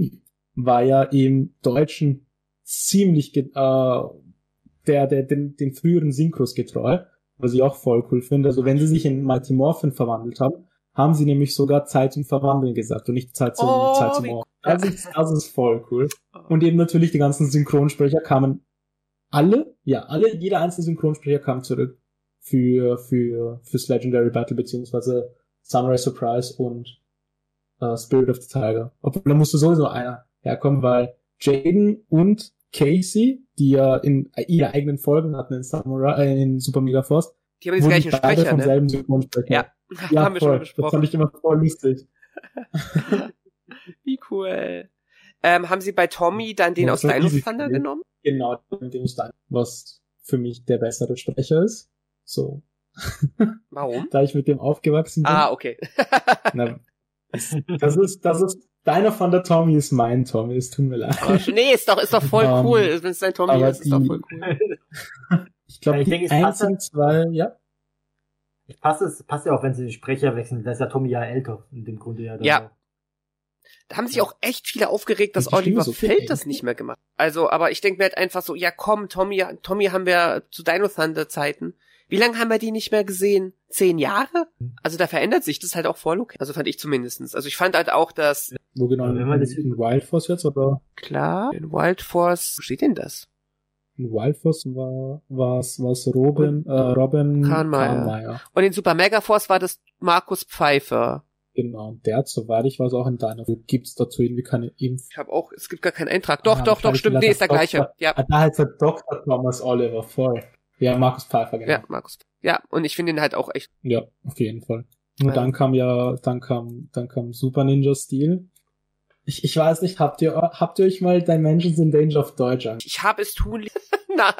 War ja im Deutschen ziemlich, ge- äh, der, der, den, den früheren Synchros getreu, was ich auch voll cool finde. Also wenn sie sich in Mighty Morphin verwandelt haben, haben sie nämlich sogar Zeit zum Verwandeln gesagt und nicht Zeit zum, Oh, Zeit zum wie Morphen. cool. Das ist, das ist voll cool. Und eben natürlich die ganzen Synchronsprecher kamen alle, ja, alle, jeder einzelne Synchronsprecher kam zurück für, für, fürs Legendary Battle beziehungsweise Samurai Surprise und äh, Spirit of the Tiger. Obwohl, da musste sowieso einer herkommen, weil Jaden und Casey, die ja in ihre eigenen Folgen hatten in Samurai, äh, in Super Mega Force, Die haben den gleichen beide Sprecher, vom ne? selben Synchronsprecher. Ja, ja, haben wir voll. schon Das fand besprochen. ich immer voll lustig. Wie cool. Ähm, haben Sie bei Tommy dann den Ja, aus das war Dino easy Thunder für mich. genommen? Genau, dem Stein, was für mich der bessere Sprecher ist. So. Warum? Da ich mit dem aufgewachsen bin. Ah, okay. Na, das ist, das ist, deiner von der Tommy ist mein Tommy, es tut mir leid. Oh, nee, ist doch, ist doch voll Ähm, cool. Wenn es dein Tommy aber ist, ist doch die- voll cool. Ich glaube, Ja, ich die denke, es passt einzigen zwei, ja. Ich passe es, passt ja auch, wenn sie den Sprecher wechseln. Da ist ja Tommy ja älter, in dem Grunde ja. dann Ja. auch. Da haben sich auch echt viele aufgeregt, dass Die Stimme Oliver so viel Feld das älter. nicht mehr gemacht hat. Also, aber ich denke mir halt einfach so, ja komm, Tommy, Tommy haben wir zu Dino Thunder Zeiten. Wie lange haben wir die nicht mehr gesehen? Zehn Jahre? Also da verändert sich das halt auch voll okay. Also fand ich zumindestens. Also ich fand halt auch, dass, Wo genau, Aber wenn man das- in Wild Force jetzt, oder? klar, in Wild Force, wo steht denn das? In Wild Force war, war's, war's Robin, äh, Robin Kahnmeier. Kahnmeier. Und in Super Mega Force war das Markus Pfeiffer. Genau. Und der hat, soweit ich weiß, auch in deiner, gibt's dazu irgendwie keine Info. Ich habe auch, es gibt gar keinen Eintrag. Doch, Ah, doch, doch, wahrscheinlich stimmt, nee, vielleicht ist der der gleiche. Doktor. Ja, Ah, da heißt der Doktor Thomas Oliver, voll. Ja, Markus Pfeiffer, genau. ja, Markus. Ja, und ich finde ihn halt auch echt. Ja, auf jeden Fall. Und Ja. dann kam ja, dann kam, dann kam Super Ninja Steel. Ich, ich weiß nicht, habt ihr, habt ihr euch mal Dimensions in Danger auf Deutsch angeschaut? Ich habe es tun. Na.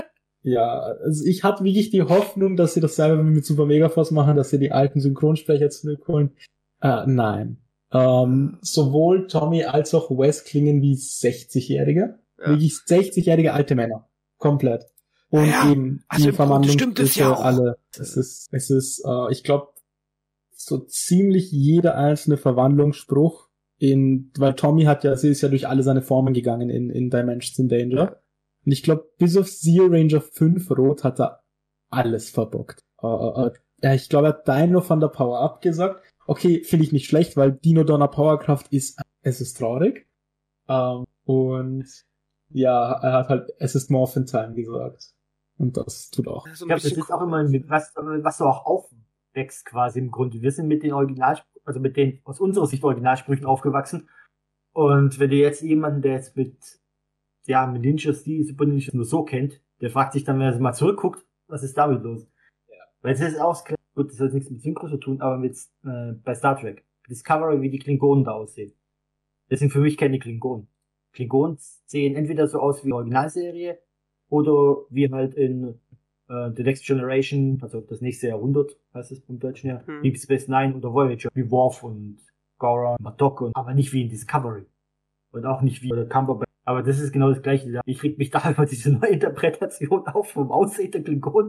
Ja, also ich hatte wirklich die Hoffnung, dass sie dasselbe wie mit Super Megaforce machen, dass sie die alten Synchronsprecher zurückholen. Äh, nein. Ähm, sowohl Tommy als auch Wes klingen wie sechzig-Jährige. Ja. Wirklich sechzig-jährige alte Männer. Komplett. Und Ja, eben also die im Grunde stimmt es Verwandlungsgröße ja auch. alle. Es ist, es ist, äh, ich glaube, so ziemlich jeder einzelne Verwandlungsspruch in, weil Tommy hat ja, sie ist ja durch alle seine Formen gegangen in, in Dimensions in Danger. Ja. Und ich glaube, bis auf Zero Ranger fünf Rot hat er alles verbockt. Äh, äh, äh, ich glaube, er hat Dino von der Power Up gesagt. Okay, finde ich nicht schlecht, weil Dino Donner Powerkraft ist, es ist traurig. Ähm, und ja, er hat halt, es ist Morphin Time gesagt. Und das tut auch. So Ich ein glaube, das bisschen ist auch immer, mit was, was so auch aufwächst quasi im Grunde. Wir sind mit den Original, also mit den aus unserer Sicht Originalsprüchen aufgewachsen. Und wenn du jetzt jemanden, der jetzt mit, ja, mit Ninja Steel, Super Ninja nur so kennt, der fragt sich dann, wenn er mal zurückguckt, was ist damit los? Ja. Weil es ist auch, gut, das hat nichts mit Synchro zu tun, aber mit, äh, bei Star Trek. Discovery, wie die Klingonen da aussehen. Das sind für mich keine Klingonen. Klingonen sehen entweder so aus wie die Originalserie oder wie halt in äh, The Next Generation, also das nächste Jahrhundert, heißt es im Deutschen ja, Hm. Deep Space Nine oder Voyager, wie Worf und Goran, Madok und, aber nicht wie in Discovery. Und auch nicht wie der Cumberbatch. Aber das ist genau das Gleiche. Ich reg mich da über diese neue Interpretation auf vom Aussehen der Klingonen.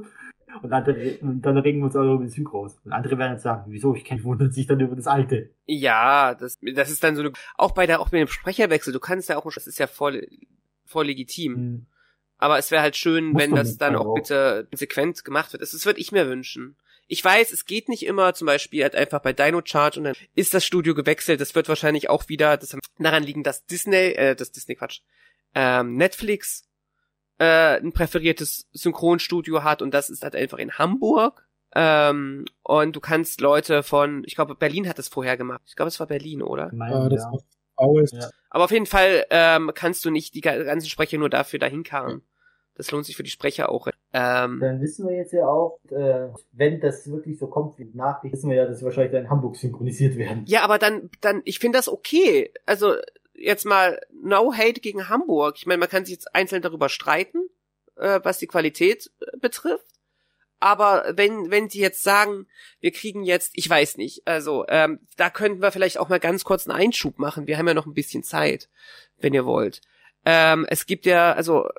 Und, andere, und dann regen wir uns auch über den Synchros. Und andere werden jetzt sagen, wieso, ich kenne, wundern sich dann über das Alte. Ja, das, das ist dann so eine, auch bei der, auch mit dem Sprecherwechsel, du kannst ja auch, das ist ja voll, voll legitim. Hm. Aber es wäre halt schön, Muss wenn man das nicht, dann aber auch auch. bitte konsequent gemacht wird. Das, das würde ich mir wünschen. Ich weiß, es geht nicht immer, zum Beispiel halt einfach bei Dino Charge und dann ist das Studio gewechselt. Das wird wahrscheinlich auch wieder das daran liegen, dass Disney, äh, das Disney Quatsch, ähm, Netflix äh, ein präferiertes Synchronstudio hat und das ist halt einfach in Hamburg. Ähm, und du kannst Leute von, ich glaube, Berlin hat das vorher gemacht. Ich glaube, es war Berlin, oder? Meinen, Äh, das ja. war August. Ja. Aber auf jeden Fall ähm, kannst du nicht die ga- ganzen Sprecher nur dafür dahin karren. Das lohnt sich für die Sprecher auch. Ähm, Dann wissen wir jetzt ja auch, äh, wenn das wirklich so kommt wie Nachricht, wissen wir ja, dass sie wahrscheinlich dann in Hamburg synchronisiert werden. ja, aber dann, dann, ich finde das okay. Also jetzt mal no hate gegen Hamburg. Ich meine, man kann sich jetzt einzeln darüber streiten, äh, was die Qualität äh, betrifft. Aber wenn, wenn die jetzt sagen, wir kriegen jetzt, ich weiß nicht, also ähm, da könnten wir vielleicht auch mal ganz kurz einen Einschub machen. Wir haben ja noch ein bisschen Zeit, wenn ihr wollt. Ähm, es gibt ja, also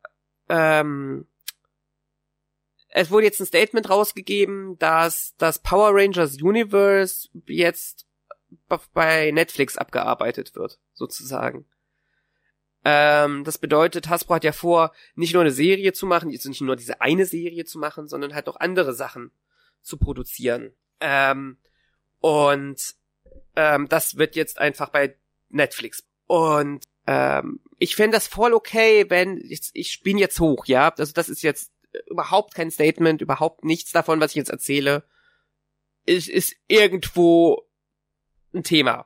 ähm, es wurde jetzt ein Statement rausgegeben, dass das Power Rangers Universe jetzt bei Netflix abgearbeitet wird, sozusagen. Ähm, das bedeutet, Hasbro hat ja vor, nicht nur eine Serie zu machen, also nicht nur diese eine Serie zu machen, sondern halt noch andere Sachen zu produzieren. Ähm, und ähm, das wird jetzt einfach bei Netflix. Und ähm, ich fände das voll okay, wenn, ich, ich spinne jetzt hoch, ja, also das ist jetzt überhaupt kein Statement, überhaupt nichts davon, was ich jetzt erzähle, ist, ist irgendwo ein Thema.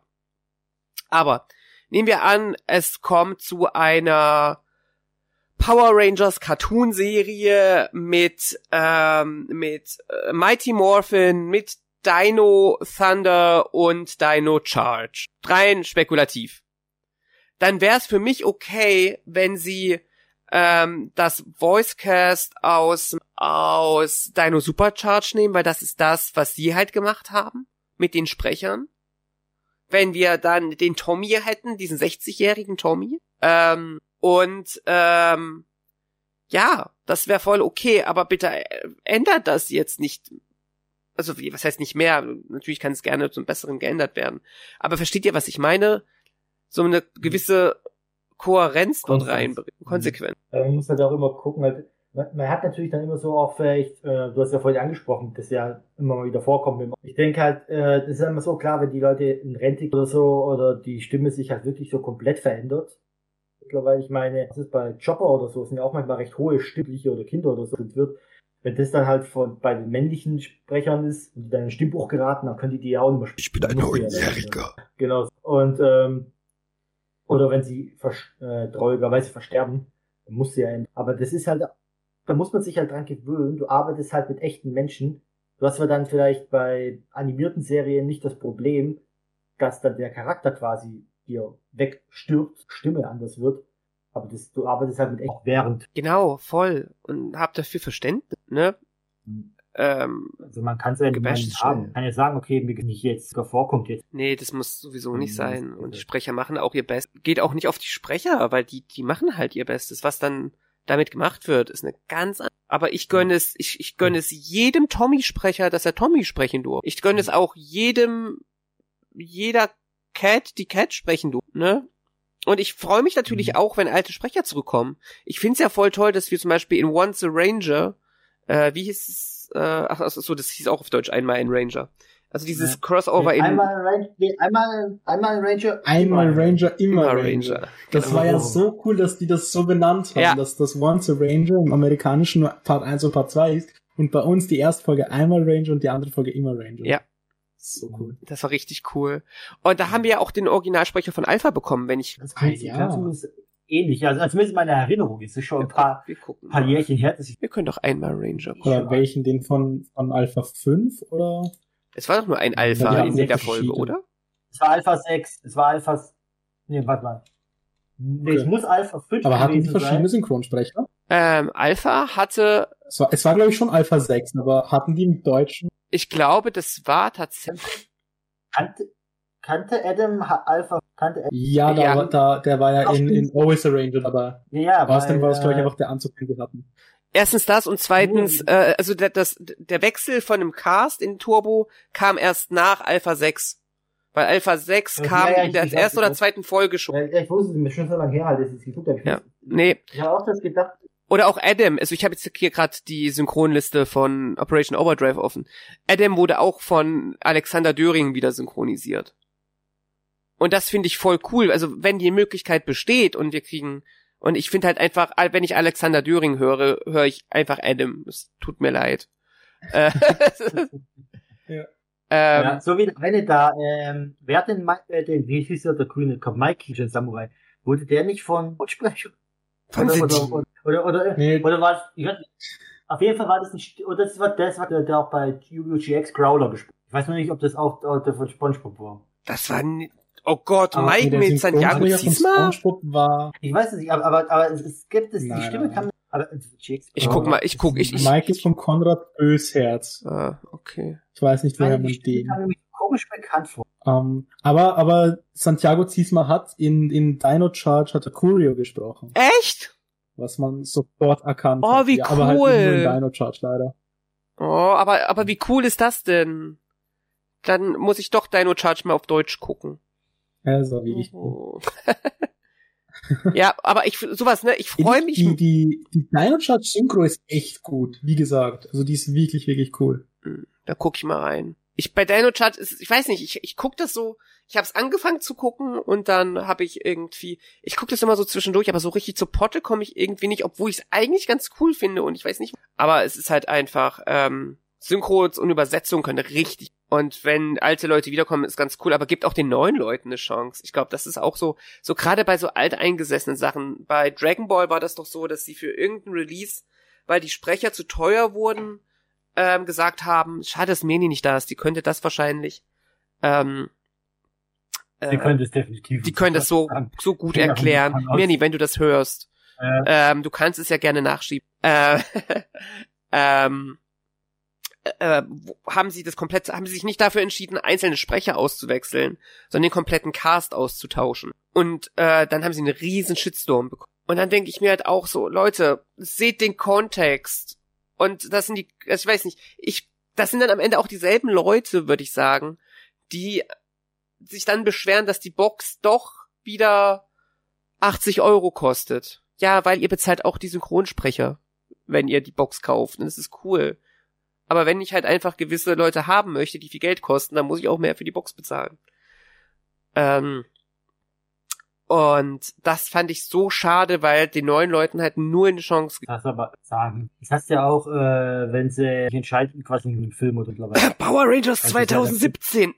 Aber nehmen wir an, es kommt zu einer Power Rangers Cartoon-Serie mit ähm, mit äh, Mighty Morphin, mit Dino Thunder und Dino Charge. Rein spekulativ. Dann wäre es für mich okay, wenn sie ähm, das Voicecast aus aus Dino Supercharge nehmen, weil das ist das, was sie halt gemacht haben mit den Sprechern. Wenn wir dann den Tommy hätten, diesen sechzigjährigen Tommy, ähm, und ähm, ja, das wäre voll okay, aber bitte ändert das jetzt nicht. Also was heißt nicht mehr? Natürlich kann es gerne zum Besseren geändert werden. Aber versteht ihr, was ich meine? So eine gewisse Kohärenz dort reinbringen, konsequent. Äh, Man muss halt auch immer gucken, halt, man, man hat natürlich dann immer so auch vielleicht, äh, du hast ja vorhin angesprochen, das ja immer mal wieder vorkommt. Ich denke halt, äh, das ist immer so klar, wenn die Leute in Rente oder so, oder die Stimme sich halt wirklich so komplett verändert. Mittlerweile, ich meine, das ist bei Chopper oder so, sind ja auch manchmal recht hohe Stimmliche oder Kinder oder so wird. Wenn das dann halt von bei den männlichen Sprechern ist und die dann in ein Stimmbuch geraten, dann können die die ja auch nicht mehr sprechen. Ich bin ein Neunjähriger. Genau. Und, ähm, oder wenn sie vers- äh, traurigerweise versterben, dann muss sie ja ändern. Aber das ist halt, da muss man sich halt dran gewöhnen. Du arbeitest halt mit echten Menschen. Du hast aber dann vielleicht bei animierten Serien nicht das Problem, dass dann der Charakter quasi dir wegstirbt, Stimme anders wird. Aber das, du arbeitest halt mit echt während. Genau, voll. Und hab dafür Verständnis, ne? Mhm. Ähm, Also man kann es ja Gebasht nicht haben. Man kann ja sagen, okay, mir nicht jetzt vorkommt jetzt. nee, das muss sowieso nicht Mhm, sein. das- Und die Sprecher machen auch ihr Bestes. Geht auch nicht auf die Sprecher, weil die, die machen halt ihr Bestes. Was dann damit gemacht wird, ist eine ganz andere. Aber ich gönne es, ich, ich gönne es jedem Tommy-Sprecher, dass er Tommy sprechen durfte. Ich gönne es auch jedem, jeder Cat, die Cat sprechen durfte, ne? Und ich freue mich natürlich Mhm. auch, wenn alte Sprecher zurückkommen. Ich find's ja voll toll, dass wir zum Beispiel in Once a Ranger, äh, wie hieß es, äh, ach, ach so, das hieß auch auf Deutsch, einmal ein Ranger. Also dieses Ja. Crossover in einmal ein Ranger, nee, einmal, einmal ein Ranger. Einmal immer ein Ranger, immer Immer Ranger. Ranger. Das Genau. war ja so cool, dass die das so benannt haben, Ja. dass das Once a Ranger im amerikanischen nur Part eins und Part zwei ist und bei uns die erste Folge einmal Ranger und die andere Folge immer Ranger. Ja. So cool. Das war richtig cool. Und da haben wir ja auch den Originalsprecher von Alpha bekommen, wenn ich... Das kann ich Ah, ja. zumindest ähnlich. Also, also zumindest in meiner Erinnerung ist es schon ein paar, wir gucken paar mal. Jährchen her, dass ich Wir können doch einmal Ranger gucken. Oder welchen, den von, von Alpha fünf oder? Es war doch nur ein Ja, Alpha die haben in sehr jeder Folge, verschiedene. oder? Es war Alpha sechs, es war Alpha, nee, warte mal. Nee, Okay. es muss Alpha fünf Aber hatten die gewesen verschiedene sein. Synchronsprecher? Ähm, Alpha hatte, Es war, es war glaube ich schon Alpha sechs, aber hatten die im Deutschen? ich glaube, das war tatsächlich... Kannte, kannte Adam ha- Alpha, kannte Adam, Ja, da, Ja. war- da, der war ja Ach, in, stimmt. in Always a Ranger dabei. ja, ja, Außerdem war es, glaube ich, äh, einfach der Anzug, den wir hatten. Erstens das und zweitens, äh, also der, das, der Wechsel von dem Cast in Turbo kam erst nach Alpha sechs. Weil Alpha sechs Ja, kam ja, in der ich- ich ersten weiß, oder ich- zweiten Folge schon. Ja, ja, ich wusste es mir schon so lange her, halt, dass ich es geguckt habe. Ich, Ja, wusste- nee. ich habe auch das gedacht, Oder auch Adam, also ich habe jetzt hier gerade die Synchronliste von Operation Overdrive offen. Adam wurde auch von Alexander Döring wieder synchronisiert. Und das finde ich voll cool. Also wenn die Möglichkeit besteht und wir kriegen, und ich finde halt einfach, wenn ich Alexander Döring höre, höre ich einfach Adam. Es tut mir leid. Äh, Ja. ähm, ja, so wie der eine da, ähm, wer hat den, Mi- äh, den, wie hieß der, der grüne Kopf, Mike den Samurai, wurde der nicht von Utsprecher? Von oder, Sinti. oder, oder, oder, Nee. oder war es, ich weiß nicht, auf jeden Fall war das nicht, oder das war, das war der, der auch bei U U G X Growler gespielt. Ich weiß nur nicht, ob das auch äh, der von SpongeBob war. Das war, ni- oh Gott, Aber Mike der mit Santiago Synchronsprecher von Ziesma? SpongeBob war, Ich weiß es nicht, aber, aber, aber es, es gibt es, Nein, die Stimme nein, kann man, aber, äh, G X Ich guck mal, ich guck, ich, ich, Mike ist von Konrad Bösherz. ah, okay. Ich weiß nicht, woher die man Stimme den. kam mir komisch bekannt vor. Ähm, aber, aber Santiago Ziesma hat in, in Dino Charge hat er Curio gesprochen, Echt? was man sofort erkannt Oh, hat. wie ja, aber halt cool. nur in Dino Charge leider. Oh, aber, aber wie cool ist das denn? Dann muss ich doch Dino Charge mal auf Deutsch gucken. Ja, so wie ich. Oh. Ja, aber ich, sowas, ne, ich freue mich. Die, die, die Dino Charge Synchro ist echt gut, wie gesagt. Also die ist wirklich, wirklich cool. Da guck ich mal rein. Ich, bei Dino Charge ist, ich weiß nicht, ich, ich guck das so, ich hab's angefangen zu gucken und dann habe ich irgendwie, ich guck das immer so zwischendurch, aber so richtig zur Potte komme ich irgendwie nicht, obwohl ich es eigentlich ganz cool finde und ich weiß nicht, aber es ist halt einfach, ähm, Synchros und Übersetzung können richtig. Und wenn alte Leute wiederkommen, ist ganz cool, aber gibt auch den neuen Leuten eine Chance. Ich glaube, das ist auch so, so gerade bei so alteingesessenen Sachen. Bei Dragon Ball war das doch so, dass sie für irgendein Release, weil die Sprecher zu teuer wurden, ähm, gesagt haben, schade, dass Meni nicht da ist, die könnte das wahrscheinlich. Ähm, äh, Die können das definitiv. die können das so, so gut Ja, erklären. kann aus- Meni, wenn du das hörst. Äh, Ähm, du kannst es ja gerne nachschieben. Äh, ähm, äh, wo- haben sie das komplett, haben sie sich nicht dafür entschieden, einzelne Sprecher auszuwechseln, sondern den kompletten Cast auszutauschen. Und äh, dann haben sie einen riesen Shitstorm bekommen. Und dann denke ich mir halt auch so, Leute, seht den Kontext. Und das sind die, also ich weiß nicht, ich, das sind dann am Ende auch dieselben Leute, würde ich sagen, die sich dann beschweren, dass die Box doch wieder achtzig Euro kostet. Ja, weil ihr bezahlt auch die Synchronsprecher, wenn ihr die Box kauft. Und das ist cool. Aber wenn ich halt einfach gewisse Leute haben möchte, die viel Geld kosten, dann muss ich auch mehr für die Box bezahlen. Ähm, und das fand ich so schade, weil den neuen Leuten halt nur eine Chance gibt. das aber sagen. Das heißt ja auch, äh, wenn sie sich entscheiden, quasi in einem Film oder mittlerweile. Power Rangers Also, zwanzig siebzehn.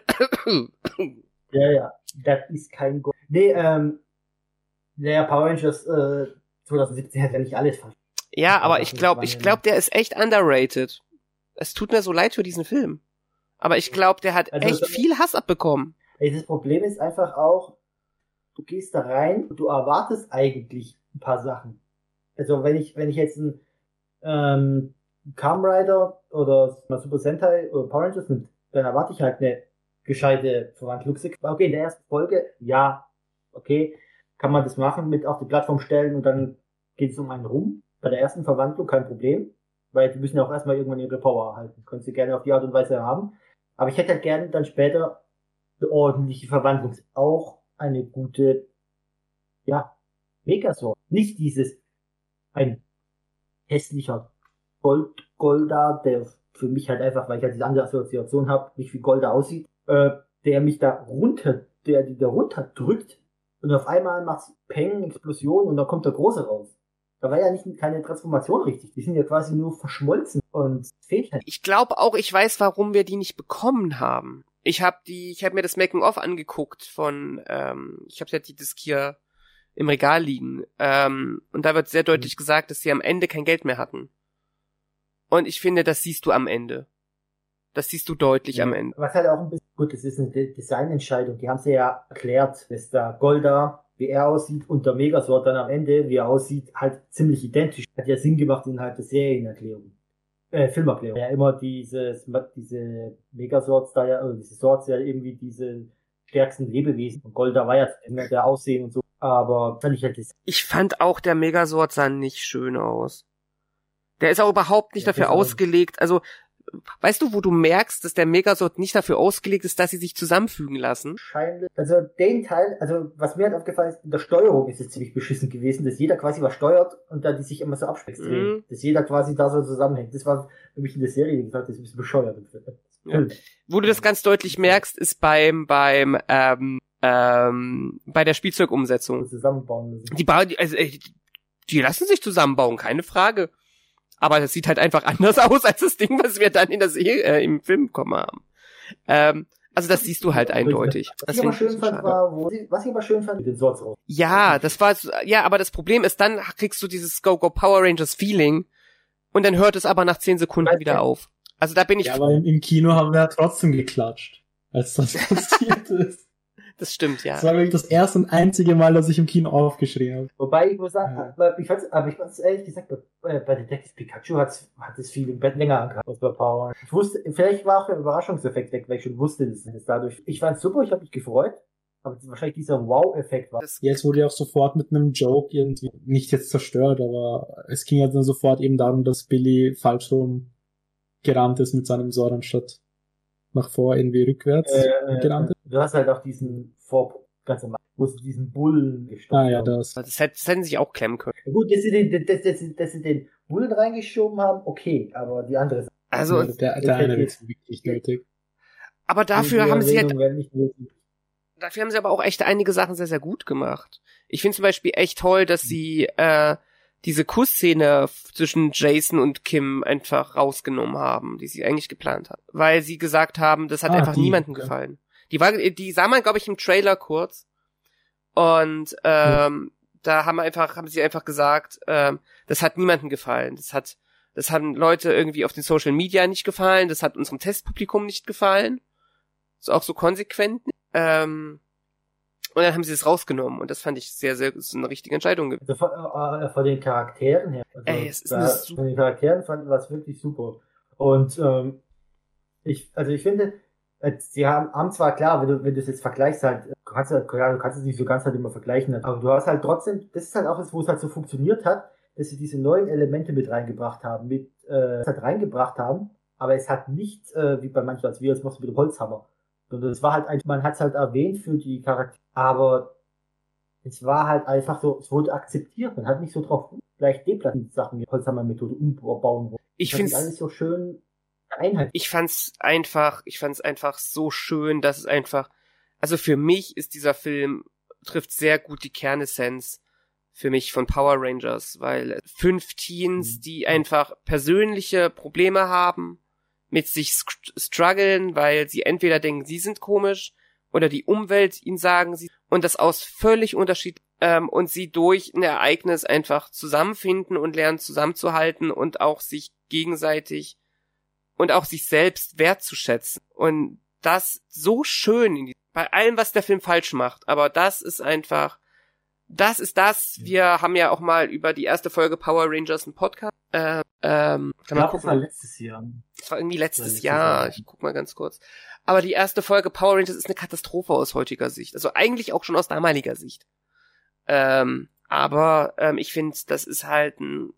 Ja, ja, das ist kein Go. Nee, ähm, naja, Power Rangers äh, zwanzig siebzehn hat ja nicht alles falsch. Ja, aber Ja, ich das glaube, war ich ja- glaube, der ist echt underrated. Es tut mir so leid für diesen Film. Aber ich glaube, der hat Also, echt das- viel Hass abbekommen. Ey, das Problem ist einfach auch, du gehst da rein und du erwartest eigentlich ein paar Sachen. Also wenn ich, wenn ich jetzt einen ähm, Kamen Rider oder mal Super Sentai oder Power Rangers nimmt, dann erwarte ich halt eine gescheite Verwandlung. Okay, in der ersten Folge, ja, okay, kann man das machen, mit auf die Plattform stellen und dann geht es um einen rum. Bei der ersten Verwandlung kein Problem, weil die müssen ja auch erstmal irgendwann ihre Power erhalten. Können sie gerne auf die Art und Weise haben. Aber ich hätte halt gerne dann später eine ordentliche Verwandlung. Auch eine gute, ja, Megasort. Nicht dieses, ein hässlicher Gold, Golda, der für mich halt einfach, weil ich halt diese andere Assoziation habe, nicht wie Golda aussieht, äh, der mich da runter, der die da runterdrückt und auf einmal macht's Peng, Explosion und dann kommt der Große raus. Da war ja nicht keine Transformation richtig. Die sind ja quasi nur verschmolzen und fehlt halt. Ich glaube auch, ich weiß, warum wir die nicht bekommen haben. Ich habe die, ich habe mir das Making-of angeguckt von, ähm, ich habe ja die Disc hier im Regal liegen. Ähm, und da wird sehr deutlich gesagt, dass sie am Ende kein Geld mehr hatten. Und ich finde, das siehst du am Ende. Das siehst du deutlich am Ende. Was halt auch ein bisschen, gut, das ist eine De- Designentscheidung. Die haben sie ja erklärt, dass da Golda, wie er aussieht, und der Megasort dann am Ende, wie er aussieht, halt ziemlich identisch. Hat ja Sinn gemacht in halt der Serienerklärung. Äh, Filmerklärung. Ja, immer dieses, diese Megasorts da ja, oder diese Sorts ja irgendwie diese stärksten Lebewesen. Und Golda war ja immer der Aussehen und so. Aber fand ich halt das. Ich fand auch, der Megasort sah nicht schön aus. Der ist auch überhaupt nicht Ja, dafür das ist ausgelegt, also, weißt du, wo du merkst, dass der Megazord nicht dafür ausgelegt ist, dass sie sich zusammenfügen lassen? Wahrscheinlich. Also den Teil, also was mir halt aufgefallen ist, in der Steuerung ist es ziemlich beschissen gewesen, dass jeder quasi was steuert und dann die sich immer so abspeckt. Mhm. Dass jeder quasi da so zusammenhängt. Das war für mich in der Serie gesagt, das ist ein bisschen bescheuert. Ja. Wo du das ganz deutlich merkst, ist beim, beim, ähm, ähm, bei der Spielzeugumsetzung. Zusammenbauen müssen. Die, ba- die, also, die, die lassen sich zusammenbauen, keine Frage. Aber das sieht halt einfach anders aus als das Ding, was wir dann in der Serie, äh, im Film bekommen haben. Ähm, also das siehst du halt eindeutig. Was Das ich aber finde ich schön so fand, schade. war, wo sie, was ich aber schön fand, mit den Swords raus. Ja, das war, so- ja, aber das Problem ist, dann kriegst du dieses Go-Go Power Rangers Feeling und dann hört es aber nach zehn Sekunden Weißt wieder du? auf. Also da bin ich, Ja, aber im, im Kino haben wir ja trotzdem geklatscht, als das passiert ist. das stimmt, ja. Das war wirklich das erste und einzige Mal, dass ich im Kino aufgeschrien habe. Wobei ich muss sagen, Ja. aber ich fand's, aber ich fand's ehrlich gesagt, bei, bei Detective Pikachu hat's, hat es viel im Bett länger angehört als bei Power. Ich wusste, vielleicht war auch der Überraschungseffekt weg, weil ich schon wusste, dass es dadurch, ich fand's super, ich habe mich gefreut, aber wahrscheinlich dieser Wow-Effekt war. Das, Jetzt wurde ja auch sofort mit einem Joke irgendwie, nicht jetzt zerstört, aber es ging ja dann sofort eben darum, dass Billy falsch rum gerannt ist mit seinem Sword, anstatt nach vor irgendwie rückwärts Äh, gerannt ist. Du hast halt auch diesen Vor, ganz normal, wo sie diesen Bullen gestoppt Ah ja, haben. das. das, hätte, das hätten sie sich auch klemmen können. Ja, gut, dass sie den, dass, dass, dass sie den Bullen reingeschoben haben, okay, aber die andere Sache. Also, Ja, der, der eine ist wirklich nötig. aber dafür Die haben sie halt, Erwähnung wäre nicht nötig. dafür haben sie aber auch echt einige Sachen sehr, sehr gut gemacht. Ich finde zum Beispiel echt toll, dass sie äh, diese Kussszene f- zwischen Jason und Kim einfach rausgenommen haben, die sie eigentlich geplant hat. Weil sie gesagt haben, das hat Ah, einfach die, niemandem ja. gefallen. Die war, die sah man, glaube ich, im Trailer kurz. Und ähm, da haben einfach, haben sie einfach gesagt, ähm, das hat niemandem gefallen. Das hat, das haben Leute irgendwie auf den Social Media nicht gefallen, das hat unserem Testpublikum nicht gefallen. So auch so konsequent. Ähm, und dann haben sie es rausgenommen und das fand ich sehr, sehr, ist eine richtige Entscheidung gewesen. Also von, äh, von den Charakteren her. Also Ey, es ist da, eine super- von den Charakteren fand ich was wirklich super. Und ähm, ich, also ich finde, äh, sie haben, haben zwar klar, wenn du, wenn du es jetzt vergleichst halt, du kannst ja, klar, du kannst es nicht so ganz halt immer vergleichen, aber du hast halt trotzdem, das ist halt auch das, wo es halt so funktioniert hat, dass sie diese neuen Elemente mit reingebracht haben, mit, äh, halt reingebracht haben, aber es hat nicht, äh, wie bei manchen als wir, das machst du mit dem Holzhammer. Sondern es war halt ein, man hat es halt erwähnt für die Charaktere, aber es war halt einfach so, es wurde akzeptiert, man hat nicht so drauf vielleicht deplatziert Sachen mit Holzhammer-Methode umbauen wollen. Ich Das ist finde alles so schön einheitlich. ich fand's einfach, ich fand's einfach so schön, dass es einfach, also für mich ist dieser Film, trifft sehr gut die Kernessenz für mich von Power Rangers, weil fünf Teens, Mhm. die einfach persönliche Probleme haben, mit sich sk- strugglen, weil sie entweder denken, sie sind komisch, oder die Umwelt ihnen sagen, sie, und das aus völlig unterschiedlich, ähm, und sie durch ein Ereignis einfach zusammenfinden und lernen zusammenzuhalten und auch sich gegenseitig und auch sich selbst wertzuschätzen. Und das so schön in die, bei allem, was der Film falsch macht, aber das ist einfach, das ist das, wir haben ja auch mal über die erste Folge Power Rangers einen Podcast, äh, ähm, kann man Ja, das war gucken. letztes Jahr. Das war irgendwie letztes letztes Jahr. Jahr. Ich guck mal ganz kurz. Aber die erste Folge Power Rangers ist eine Katastrophe aus heutiger Sicht. Also eigentlich auch schon aus damaliger Sicht. Ähm, aber ähm, ich finde, das ist halt ein,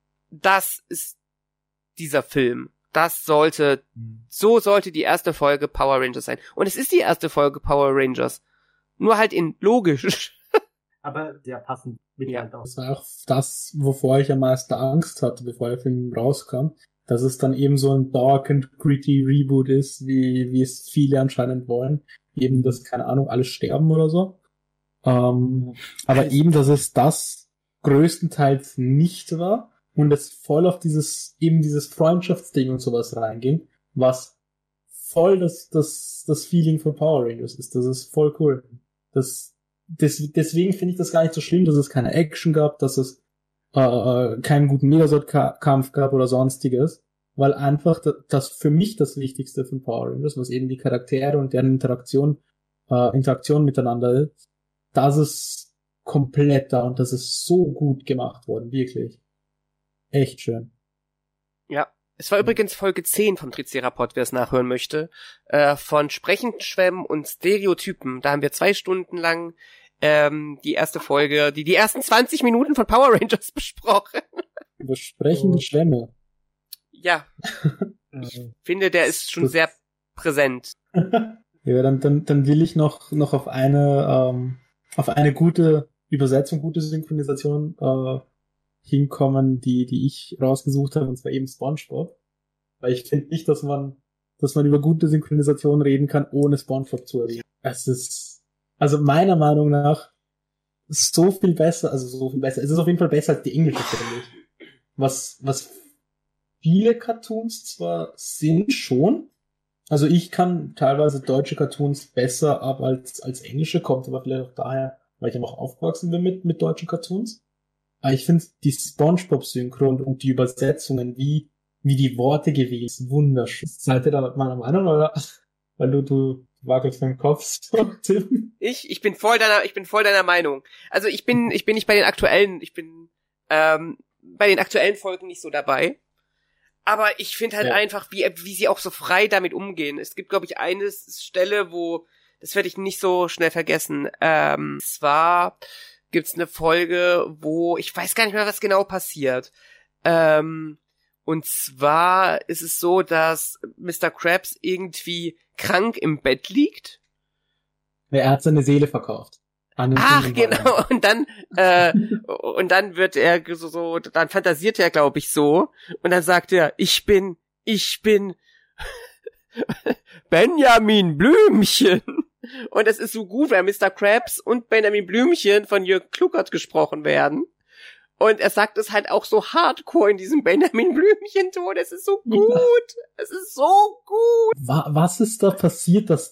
das ist dieser Film. Das sollte, so sollte die erste Folge Power Rangers sein. Und es ist die erste Folge Power Rangers. Nur halt in logisch. Aber sehr passend mit Ja. halt aus. Das war auch das, wovor ich am meisten Angst hatte, bevor der Film rauskam, dass es dann eben so ein dark and gritty Reboot ist, wie, wie es viele anscheinend wollen. Eben, dass, keine Ahnung, alle sterben oder so. Ähm, aber eben, dass es das größtenteils nicht war und es voll auf dieses, eben dieses Freundschaftsding und sowas reinging, was voll das, das, das Feeling von Power Rangers ist. Das ist voll cool. Das, des, deswegen finde ich das gar nicht so schlimm, dass es keine Action gab, dass es äh, keinen guten Megazord-Kampf gab oder sonstiges, weil einfach das, das für mich das Wichtigste von Power Rangers, was eben die Charaktere und deren Interaktion, äh, Interaktion miteinander ist, das ist komplett da und das ist so gut gemacht worden, wirklich. Echt schön. Ja. Es war übrigens Folge zehn vom Tricerapod, wer es nachhören möchte, äh, von sprechenden Schwämmen und Stereotypen. Da haben wir zwei Stunden lang ähm, die erste Folge, die die ersten zwanzig Minuten von Power Rangers besprochen. Über sprechende Schwämme. Ja. Ich finde, der ist schon das, sehr präsent. Ja, dann, dann, dann will ich noch, noch auf eine, ähm, auf eine gute Übersetzung, gute Synchronisation, äh, hinkommen, die, die ich rausgesucht habe, und zwar eben SpongeBob. Weil ich finde nicht, dass man, dass man über gute Synchronisation reden kann, ohne SpongeBob zu erwähnen. Es ist, also meiner Meinung nach, so viel besser, also so viel besser. Es ist auf jeden Fall besser als die englische, finde ich. Was, was viele Cartoons zwar sind schon, also ich kann teilweise deutsche Cartoons besser ab als, als englische, kommt aber vielleicht auch daher, weil ich einfach aufgewachsen bin mit, mit deutschen Cartoons. Aber ich finde die SpongeBob-Synchro und die Übersetzungen, wie, wie die Worte gewählt sind, wunderschön. Seid ihr da meiner Meinung, oder? Weil du, du wackelst mit dem Kopf so, Tim. Ich, ich bin voll deiner, ich bin voll deiner Meinung. Also ich bin, ich bin nicht bei den aktuellen, ich bin, ähm, bei den aktuellen Folgen nicht so dabei. Aber ich finde halt ja. einfach, wie, wie sie auch so frei damit umgehen. Es gibt, glaube ich, eine Stelle, wo, das werde ich nicht so schnell vergessen, ähm, zwar gibt's eine Folge, wo, ich weiß gar nicht mehr, was genau passiert. Ähm, und zwar ist es so, dass Mister Krabs irgendwie krank im Bett liegt. Er hat seine Seele verkauft. Ach, genau, und dann, äh, und dann wird er so, so, dann fantasiert er, glaube ich, so, und dann sagt er, ich bin, ich bin Benjamin Blümchen. Und es ist so gut, weil Mister Krabs und Benjamin Blümchen von Jürgen Kluckert gesprochen werden. Und er sagt es halt auch so hardcore in diesem Benjamin Blümchen-Ton. Es ist so gut. Es ist so gut. Was ist da passiert, dass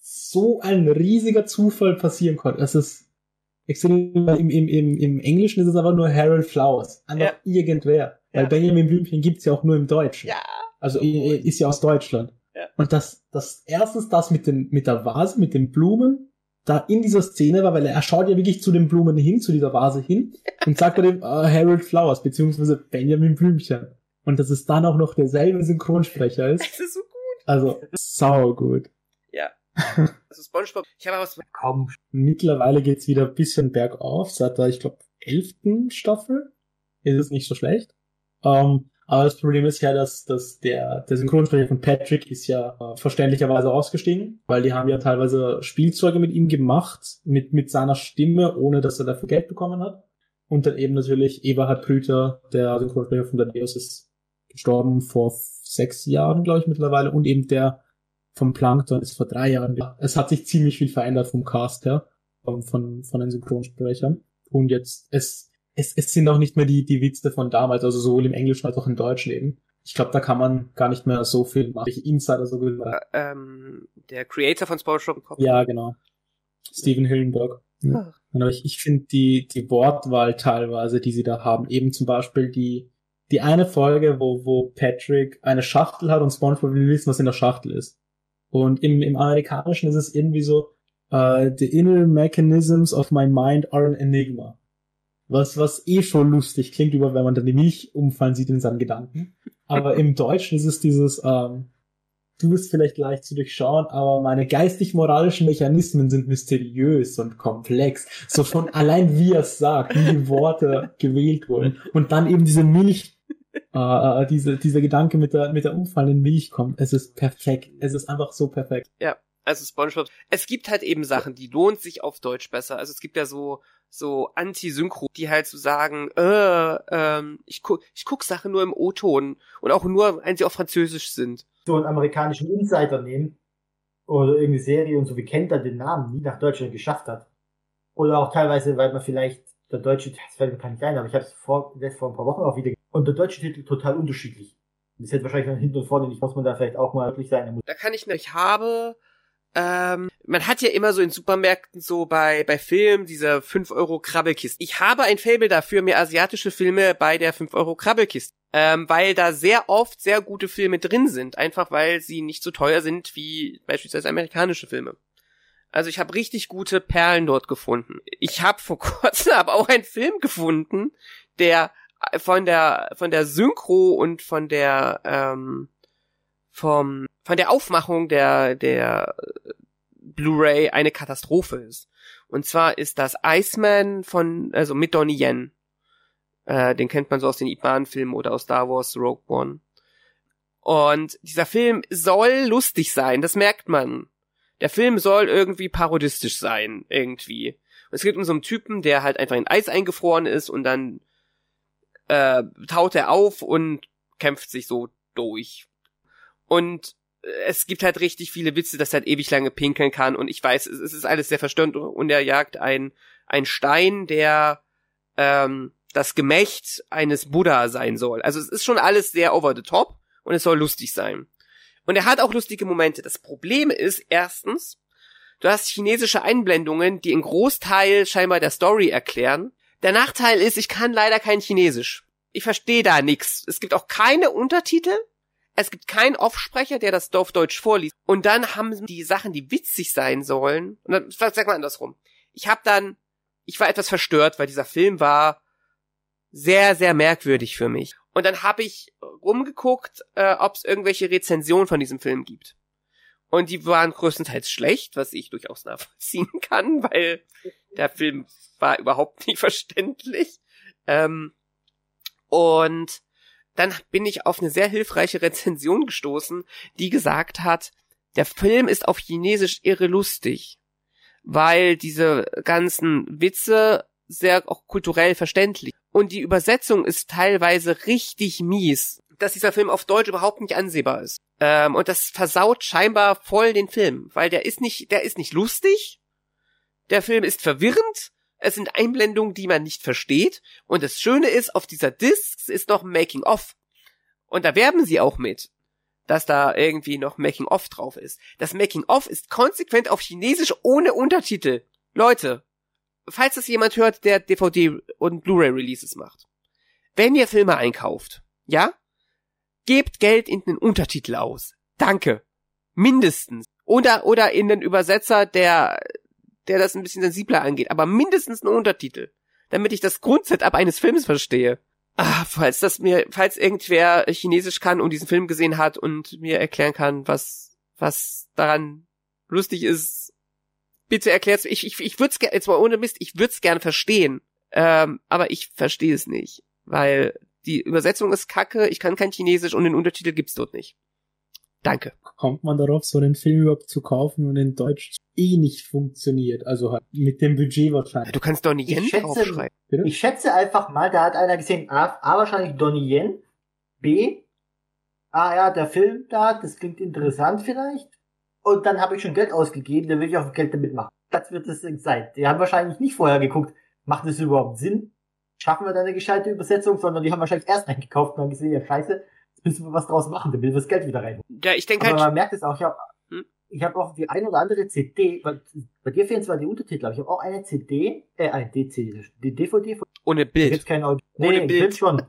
so ein riesiger Zufall passieren konnte? Es ist extrem, im, im, im, im Englischen ist es aber nur Harold Flowers. Einfach ja. irgendwer. Weil ja. Benjamin Blümchen gibt's ja auch nur im Deutschen. Ja. Also er ist ja aus Deutschland. Ja. Und das, das erstens das mit den, mit der Vase, mit den Blumen, da in dieser Szene war, weil er schaut ja wirklich zu den Blumen hin, zu dieser Vase hin, und sagt bei dem uh, Harold Flowers, beziehungsweise Benjamin Blümchen. Und dass es dann auch noch derselbe Synchronsprecher ist. Das ist so gut. Also, sau gut. Ja. Also SpongeBob, ich habe was kaum. Mittlerweile geht's wieder ein bisschen bergauf, seit der, ich glaube, elften Staffel. Ist es nicht so schlecht. Ähm, aber das Problem ist ja, dass, dass der, der Synchronsprecher von Patrick ist ja äh, verständlicherweise ausgestiegen, weil die haben ja teilweise Spielzeuge mit ihm gemacht, mit, mit seiner Stimme, ohne dass er dafür Geld bekommen hat. Und dann eben natürlich Eberhard Brüter, der Synchronsprecher von Thaddeus, ist gestorben vor sechs Jahren, glaube ich, mittlerweile. Und eben der vom Plankton ist vor drei Jahren. Es hat sich ziemlich viel verändert vom Cast her, von, von, von den Synchronsprechern. Und jetzt, es, es, es sind auch nicht mehr die, die Witze von damals, also sowohl im Englischen als auch im Deutschen eben. Ich glaube, da kann man gar nicht mehr so viel machen. Welche Insider so gut war. Ähm, der Creator von SpongeBob. Ja, genau. Steven Hillenburg. Ja. Aber ich, ich finde die, die Wortwahl teilweise, die sie da haben, eben zum Beispiel die, die eine Folge, wo, wo Patrick eine Schachtel hat und SpongeBob will wissen, was in der Schachtel ist. Und im, im Amerikanischen ist es irgendwie so, uh, the inner mechanisms of my mind are an enigma. Was, was eh schon lustig klingt, über wenn man dann die Milch umfallen sieht in seinen Gedanken. Aber im Deutschen ist es dieses, ähm, du bist vielleicht leicht zu durchschauen, aber meine geistig-moralischen Mechanismen sind mysteriös und komplex. So schon allein wie er es sagt, wie die Worte gewählt wurden. Und dann eben diese Milch, äh, diese, dieser Gedanke mit der, mit der umfallenden Milch kommt. Es ist perfekt. Es ist einfach so perfekt. Ja, also SpongeBob. Es gibt halt eben Sachen, die lohnt sich auf Deutsch besser. Also es gibt ja so, so Anti-Synchro, die halt so sagen, äh, ähm, ich guck, ich guck Sachen nur im O-Ton und auch nur, wenn sie auf Französisch sind. So einen amerikanischen Insider nehmen oder irgendeine Serie und so, wie kennt er den Namen, nie nach Deutschland geschafft hat. Oder auch teilweise, weil man vielleicht der deutsche, das fällt mir gar nicht ein, aber ich habe es vor, vor ein paar Wochen auch wieder, und der deutsche Titel total unterschiedlich. Das hätte wahrscheinlich hinten und vorne nicht, muss man da vielleicht auch mal wirklich sein. Da kann ich noch, ich habe, ähm, man hat ja immer so in Supermärkten so bei, bei Filmen diese fünf Euro Krabbelkiste. Ich habe ein Faible dafür, mir asiatische Filme bei der fünf Euro Krabbelkiste. Ähm, weil da sehr oft sehr gute Filme drin sind, einfach weil sie nicht so teuer sind wie beispielsweise amerikanische Filme. Also ich habe richtig gute Perlen dort gefunden. Ich habe vor kurzem aber auch einen Film gefunden, der von der von der Synchro und von der ähm, vom von der Aufmachung der der Blu-ray eine Katastrophe ist. Und zwar ist das Iceman von also mit Donnie Yen. Äh, den kennt man so aus den Ip Man-Filmen oder aus Star Wars Rogue One. Und dieser Film soll lustig sein, das merkt man. Der Film soll irgendwie parodistisch sein, irgendwie. Und es geht um so einen Typen, der halt einfach in Eis eingefroren ist und dann äh, taut er auf und kämpft sich so durch. Und es gibt halt richtig viele Witze, dass er halt ewig lange pinkeln kann und ich weiß, es ist alles sehr verstörend und er jagt ein, ein Stein, der ähm, das Gemächt eines Buddha sein soll. Also es ist schon alles sehr over the top und es soll lustig sein. Und er hat auch lustige Momente. Das Problem ist, erstens, du hast chinesische Einblendungen, die einen Großteil scheinbar der Story erklären. Der Nachteil ist, ich kann leider kein Chinesisch. Ich verstehe da nichts. Es gibt auch keine Untertitel. Es gibt keinen Offsprecher, der das auf Deutsch vorliest. Und dann haben die Sachen, die witzig sein sollen, und dann, sag mal andersrum. Ich hab dann, ich war etwas verstört, weil dieser Film war sehr, sehr merkwürdig für mich. Und dann habe ich rumgeguckt, äh, ob es irgendwelche Rezensionen von diesem Film gibt. Und die waren größtenteils schlecht, was ich durchaus nachvollziehen kann, weil der Film war überhaupt nicht verständlich. Ähm, und dann bin ich auf eine sehr hilfreiche Rezension gestoßen, die gesagt hat, der Film ist auf Chinesisch irre lustig, weil diese ganzen Witze sehr auch kulturell verständlich. Und die Übersetzung ist teilweise richtig mies, dass dieser Film auf Deutsch überhaupt nicht ansehbar ist. Ähm, und das versaut scheinbar voll den Film, weil der ist nicht, der ist nicht lustig, der Film ist verwirrend, es sind Einblendungen, die man nicht versteht. Und das Schöne ist, auf dieser Disc ist noch ein Making-of. Und da werben sie auch mit, dass da irgendwie noch Making-of drauf ist. Das Making-of ist konsequent auf Chinesisch ohne Untertitel. Leute, falls das jemand hört, der D V D und Blu-ray-Releases macht. Wenn ihr Filme einkauft, ja, gebt Geld in den Untertitel aus. Danke. Mindestens. Oder, oder in den Übersetzer, der... der das ein bisschen sensibler angeht, aber mindestens einen Untertitel, damit ich das Grundsetup eines Films verstehe. Ah, falls das mir, falls irgendwer Chinesisch kann und diesen Film gesehen hat und mir erklären kann, was, was daran lustig ist, bitte erklärt's. Ich, ich, ich würd's gerne, jetzt mal ohne Mist, ich würd's gerne verstehen, ähm, aber ich verstehe es nicht, weil die Übersetzung ist kacke, ich kann kein Chinesisch und den Untertitel gibt's dort nicht. Danke. Kommt man darauf, so einen Film überhaupt zu kaufen und in Deutsch eh nicht funktioniert? Also halt mit dem Budget wahrscheinlich. Du kannst Donnie Yen draufschreiben. Bitte? Ich schätze einfach mal, da hat einer gesehen, A, A wahrscheinlich Donnie Yen, B, ah ja, der Film da, das klingt interessant vielleicht. Und dann habe ich schon Geld ausgegeben, dann will ich auch Geld damit machen. Das wird das sein. Die haben wahrscheinlich nicht vorher geguckt, macht das überhaupt Sinn? Schaffen wir da eine gescheite Übersetzung? Sondern die haben wahrscheinlich erst eingekauft und haben gesehen, ja scheiße, müssen wir was draus machen, dann will wir das Geld wieder rein. Ja, ich denke halt. Aber halt... man merkt es auch, ich habe hm? ich hab auch die ein oder andere C D, bei, bei dir fehlen zwar die Untertitel, aber ich habe auch eine C D, äh, eine D C D, die D V D von... Ohne Bild. Gibt's kein Audio. Nee, Ohne nee, Bild. Bild schon.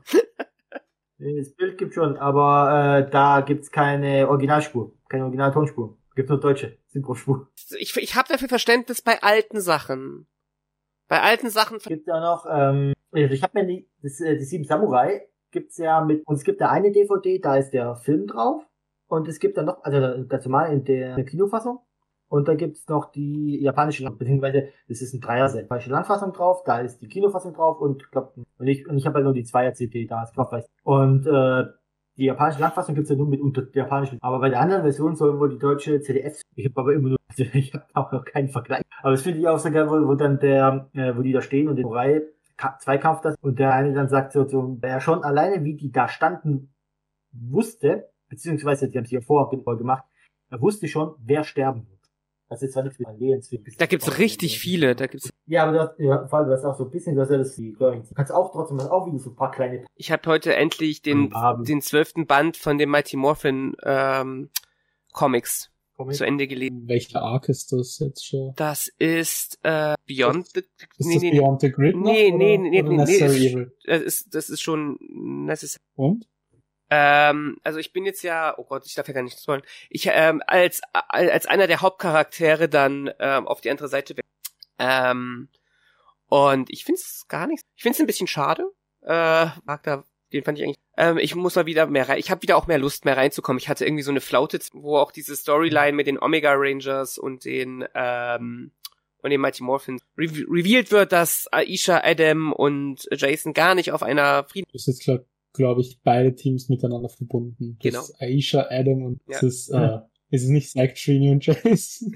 Nee, das Bild gibt schon, aber äh, da gibt's keine Originalspur, keine Originaltonspur. Gibt's nur deutsche Synchrospur. Ich, ich habe dafür Verständnis bei alten Sachen. Bei alten Sachen... Gibt ja noch, ähm, ich habe mir die, das, äh, die Sieben Samurai gibt's ja mit, und es gibt da eine D V D, da ist der Film drauf, und es gibt dann noch, also ganz normal in der Kinofassung, und da gibt's noch die japanische, beziehungsweise, das ist ein Dreier-Set, japanische Langfassung drauf, da ist die Kinofassung drauf, und glaub, und ich, und ich habe halt nur die Zweier-C D, da ist drauf, und, äh, die japanische Langfassung gibt's ja nur mit unter der japanischen, aber bei der anderen Version sollen wohl die deutsche C D F, ich habe aber immer nur, also ich habe auch noch keinen Vergleich, aber das finde ich auch so geil, wo, wo dann der, äh, wo die da stehen und die Reihe Zweikampf das und der eine dann sagt so, so der schon alleine wie die da standen wusste, beziehungsweise die haben sich ja vorher gemacht, er wusste schon, wer sterben wird. Das ist zwar nichts mit Lebensweg. Da gibt's richtig viele, da gibt's... Ja, aber das, ja, vor allem, das ist auch so ein bisschen, dass er das die, du kannst auch trotzdem, das auch wieder so ein paar kleine... Ich habe heute endlich den den zwölften Band von den Mighty Morphin ähm, Comics Comic? zu Ende gelesen. Welcher Arc ist das jetzt schon? Das ist äh, Beyond the... Ist nee, das nee, Beyond the Grid noch? Nee, nee, oder, nee, oder nee, Necessary nee, Evil? Das ist, das ist schon necessary. Und? Ähm, also ich bin jetzt ja, oh Gott, ich darf ja gar nicht spoilern. Ich ähm, als als einer der Hauptcharaktere dann ähm, auf die andere Seite weg. Ähm, und ich find's gar nicht. Ich find's ein bisschen schade. Äh, mag da, den fand ich eigentlich. Ähm, ich muss mal wieder mehr rein. Ich habe wieder auch mehr Lust, mehr reinzukommen. Ich hatte irgendwie so eine Flaute, wo auch diese Storyline mit den Omega Rangers und den ähm, und den Mighty Morphin re- revealed wird, dass Aisha, Adam und Jason gar nicht auf einer Frieden... Das ist, glaube glaub ich, beide Teams miteinander verbunden. Das Genau. ist Aisha, Adam und Ja. das ist, äh, ist es nicht Zack, Trini und Jason?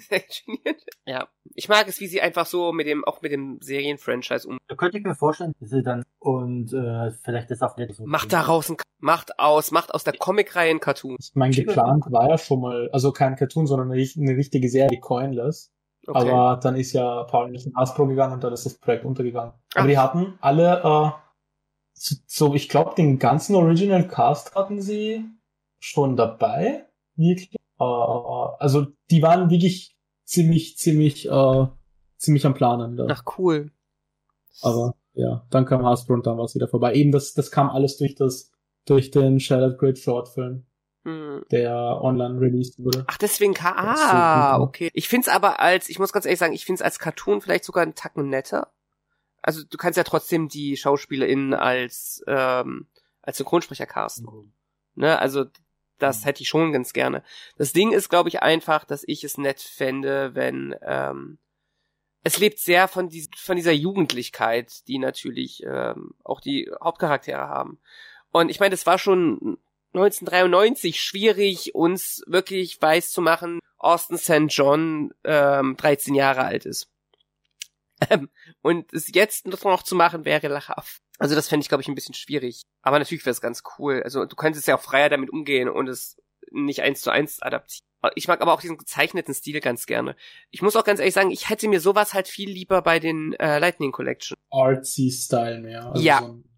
Ja, ich mag es, wie sie einfach so mit dem, auch mit dem Serienfranchise um. Da könnte ich mir vorstellen, dass sie dann und äh, vielleicht das auf Netflix. Macht daraus ein, macht aus, macht aus der Comicreihe ein Cartoon. Ich meine, geplant war ja schon mal, also kein Cartoon, sondern eine, eine richtige Serie, Coinless. Okay. Aber dann ist ja Paul nicht in Hasbro gegangen und dann ist das Projekt untergegangen. Ach. Aber die hatten alle, äh, so, so ich glaube, den ganzen Original Cast hatten sie schon dabei. Wirklich. Äh, also die waren wirklich ziemlich, ziemlich, äh, ziemlich am Planen da. Ach, cool. Aber ja, dann kam Hasbro und dann war es wieder vorbei. Eben das, das kam alles durch das, durch den Shattered Grid Short Film, Hm. der online released wurde. Ach, deswegen, ka- Das ist so ah, gut, okay. Ich find's aber als, ich muss ganz ehrlich sagen, ich find's als Cartoon vielleicht sogar einen Tacken netter. Also du kannst ja trotzdem die SchauspielerInnen als, ähm, als Synchronsprecher casten. Ne, also das hätte ich schon ganz gerne. Das Ding ist, glaube ich, einfach, dass ich es nett fände, wenn ähm, es lebt sehr von, dies, von dieser Jugendlichkeit, die natürlich ähm, auch die Hauptcharaktere haben. Und ich meine, das war schon neunzehnhundertdreiundneunzig schwierig, uns wirklich weiß zu machen, Austin Sankt John ähm, dreizehn Jahre alt ist. Ähm, und es jetzt noch zu machen, wäre lachhaft. Also das fände ich, glaube ich, ein bisschen schwierig. Aber natürlich wäre es ganz cool. Also du könntest ja auch freier damit umgehen und es nicht eins zu eins adaptieren. Ich mag aber auch diesen gezeichneten Stil ganz gerne. Ich muss auch ganz ehrlich sagen, ich hätte mir sowas halt viel lieber bei den äh, Lightning Collection. Artsy Style mehr. Also Ja. so ein-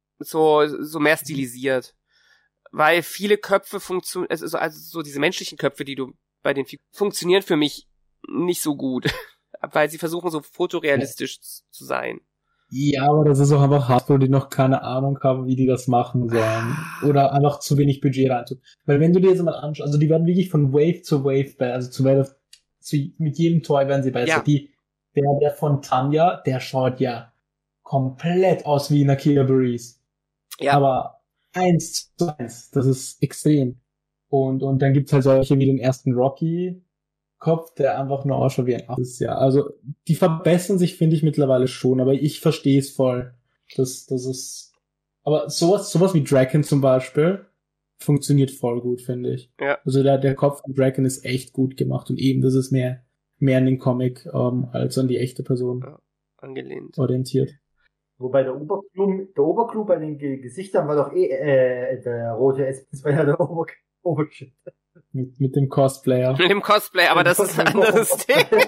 So, so mehr stilisiert. Weil viele Köpfe funktionieren, also, also so diese menschlichen Köpfe, die du bei den Figuren, funktionieren für mich nicht so gut. Weil sie versuchen, so fotorealistisch ja. zu sein. Ja, aber das ist auch einfach Hasbro, die noch keine Ahnung haben, wie die das machen sollen. Oder einfach zu wenig Budget reintun. Weil wenn du dir jetzt mal anschaust, also die werden wirklich von Wave zu Wave besser, also zu, Wave, zu mit jedem Toy werden sie besser. Ja. Die, der, der von Tanya, der schaut ja komplett aus wie Nakia Burries. Ja. Aber eins zu eins, das ist extrem. Und, und dann gibt's halt solche wie den ersten Rocky, Kopf, der einfach nur ausschaut wie ein achtes Jahr. Also, die verbessern sich, finde ich, mittlerweile schon, aber ich verstehe es voll. Das, das ist, aber sowas, sowas wie Draken zum Beispiel funktioniert voll gut, finde ich. Ja. Also, der, der Kopf von Draken ist echt gut gemacht und eben, das ist mehr, mehr an den Comic, ähm, als an die echte Person Ja, angelehnt. orientiert. Wobei der Oberclou, der Oberclou bei den Ge- Gesichtern war doch eh, äh, der rote S, das war ja der Ober, Obershit. Mit, mit dem Cosplayer. Mit dem Cosplay, aber das ist ein anderes Thema.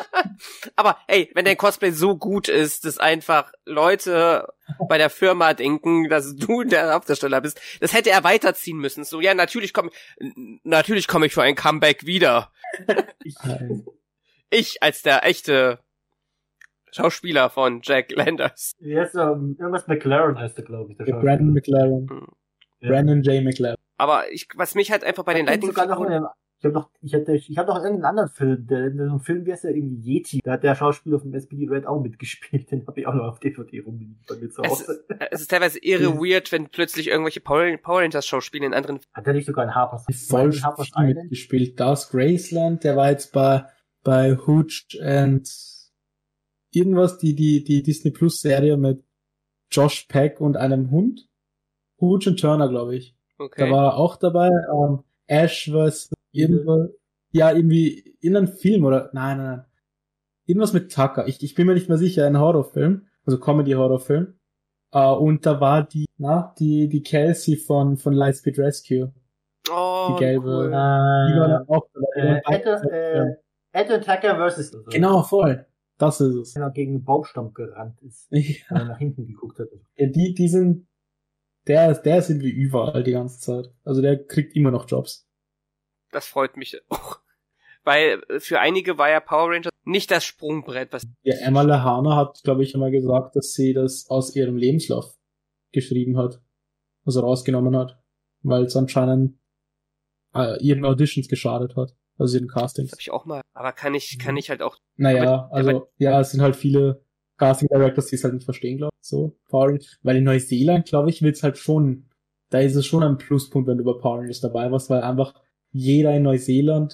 Aber hey, wenn dein Cosplay so gut ist, dass einfach Leute bei der Firma denken, dass du der Hauptdarsteller bist, das hätte er weiterziehen müssen. So, ja, natürlich komme natürlich komme ich für ein Comeback wieder. Nein. Ich als der echte Schauspieler von Jack Landers. Wie heißt er? Irgendwas McLaren heißt er, glaube ich. Der Der Brandon McLaren. Hm. Ja. Brandon J. McLaren. Aber ich, was mich halt einfach bei den Ich hab sogar noch Lightning-Figuren... eine, ich habe noch, ich hatte, ich habe noch irgendeinen anderen Film, der, der so ein Film, wie heißt der, irgendwie Yeti, da hat der Schauspieler vom S P D Red auch mitgespielt, den habe ich auch noch auf D V D rumliegen bei mir zu Es, Hause. es ist teilweise irre weird, wenn plötzlich irgendwelche Power, Power Rangers Schauspieler in anderen... Hat der nicht sogar einen Harper's Voll Harper's viel Island? mitgespielt. Das Graceland, der war jetzt bei, bei Hooch and irgendwas, die, die, die Disney Plus Serie mit Josh Peck und einem Hund. Hooch and Turner, glaube ich. Okay. Da war er auch dabei. Ähm, Ash was irgendwas, ja, irgendwie in einem Film oder, nein, nein, nein. Irgendwas mit Tucker. Ich, ich bin mir nicht mehr sicher, ein Horrorfilm, also Comedy-Horrorfilm. Äh, und da war die, na, die, die Kelsey von, von Lightspeed Rescue. Oh, die gelbe. cool. Die war dann auch dabei. Äh, Ed, äh, Ed und Tucker versus. Genau, voll. Das ist es. Wenn er gegen den Baumstamm gerannt ist, Ja, wenn er nach hinten geguckt hat. die, die sind, der ist, der ist irgendwie überall die ganze Zeit. Also der kriegt immer noch Jobs. Das freut mich auch. Weil für einige war ja Power Rangers nicht das Sprungbrett, was... Ja, Emma Lahana hat, glaube ich, einmal gesagt, dass sie das aus ihrem Lebenslauf geschrieben hat. Also rausgenommen hat. Weil es anscheinend äh, ihren Auditions geschadet hat. Also ihren Das Castings. habe ich auch mal. Aber kann ich, kann ich halt auch... Naja, Aber- also, ja, es sind halt viele Casting Directors, die es halt nicht verstehen, glaube ich, so. Power Rangers. Weil in Neuseeland, glaube ich, wird's halt schon, da ist es schon ein Pluspunkt, wenn du bei Power Rangers dabei warst, weil einfach jeder in Neuseeland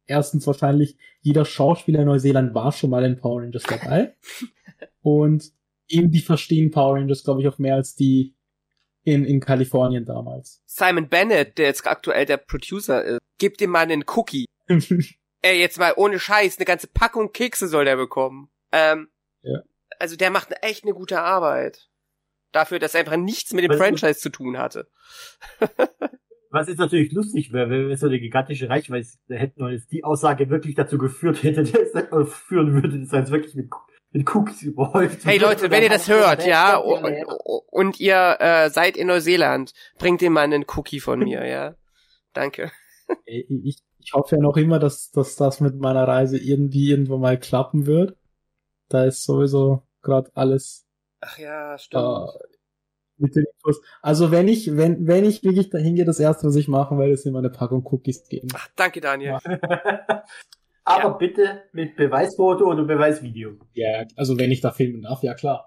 erstens wahrscheinlich jeder Schauspieler in Neuseeland war schon mal in Power Rangers dabei. Und eben die verstehen Power Rangers, glaube ich, auch mehr als die in, in Kalifornien damals. Simon Bennett, der jetzt aktuell der Producer ist, gibt ihm mal einen Cookie. Ey, jetzt mal ohne Scheiß, eine ganze Packung Kekse soll der bekommen. Ähm, ja. Also der macht echt eine gute Arbeit. Dafür, dass er einfach nichts mit dem Was Franchise ist? zu tun hatte. Was jetzt natürlich lustig wäre, wenn wir so eine gigantische Reichweite hätten und jetzt die Aussage wirklich dazu geführt hätte, dass, oder führen würde, dass er jetzt wirklich mit, mit Cookies überhäuft. Hey Leute, wenn ihr das hört, ja, und, und ihr äh, seid in Neuseeland, bringt ihm mal einen Cookie von mir, ja. Danke. Ich, ich hoffe ja noch immer, dass, dass das mit meiner Reise irgendwie irgendwo mal klappen wird. Da ist sowieso gerade alles Ach ja, stimmt. äh, mit den Infos. Also wenn ich, wenn, wenn ich wirklich dahin gehe, das erste, was ich machen werde, ist immer eine Packung Cookies geben. Ach, danke, Daniel. Aber Ja. Bitte mit Beweisfoto oder Beweisvideo. Ja, also wenn ich da filmen darf, ja klar.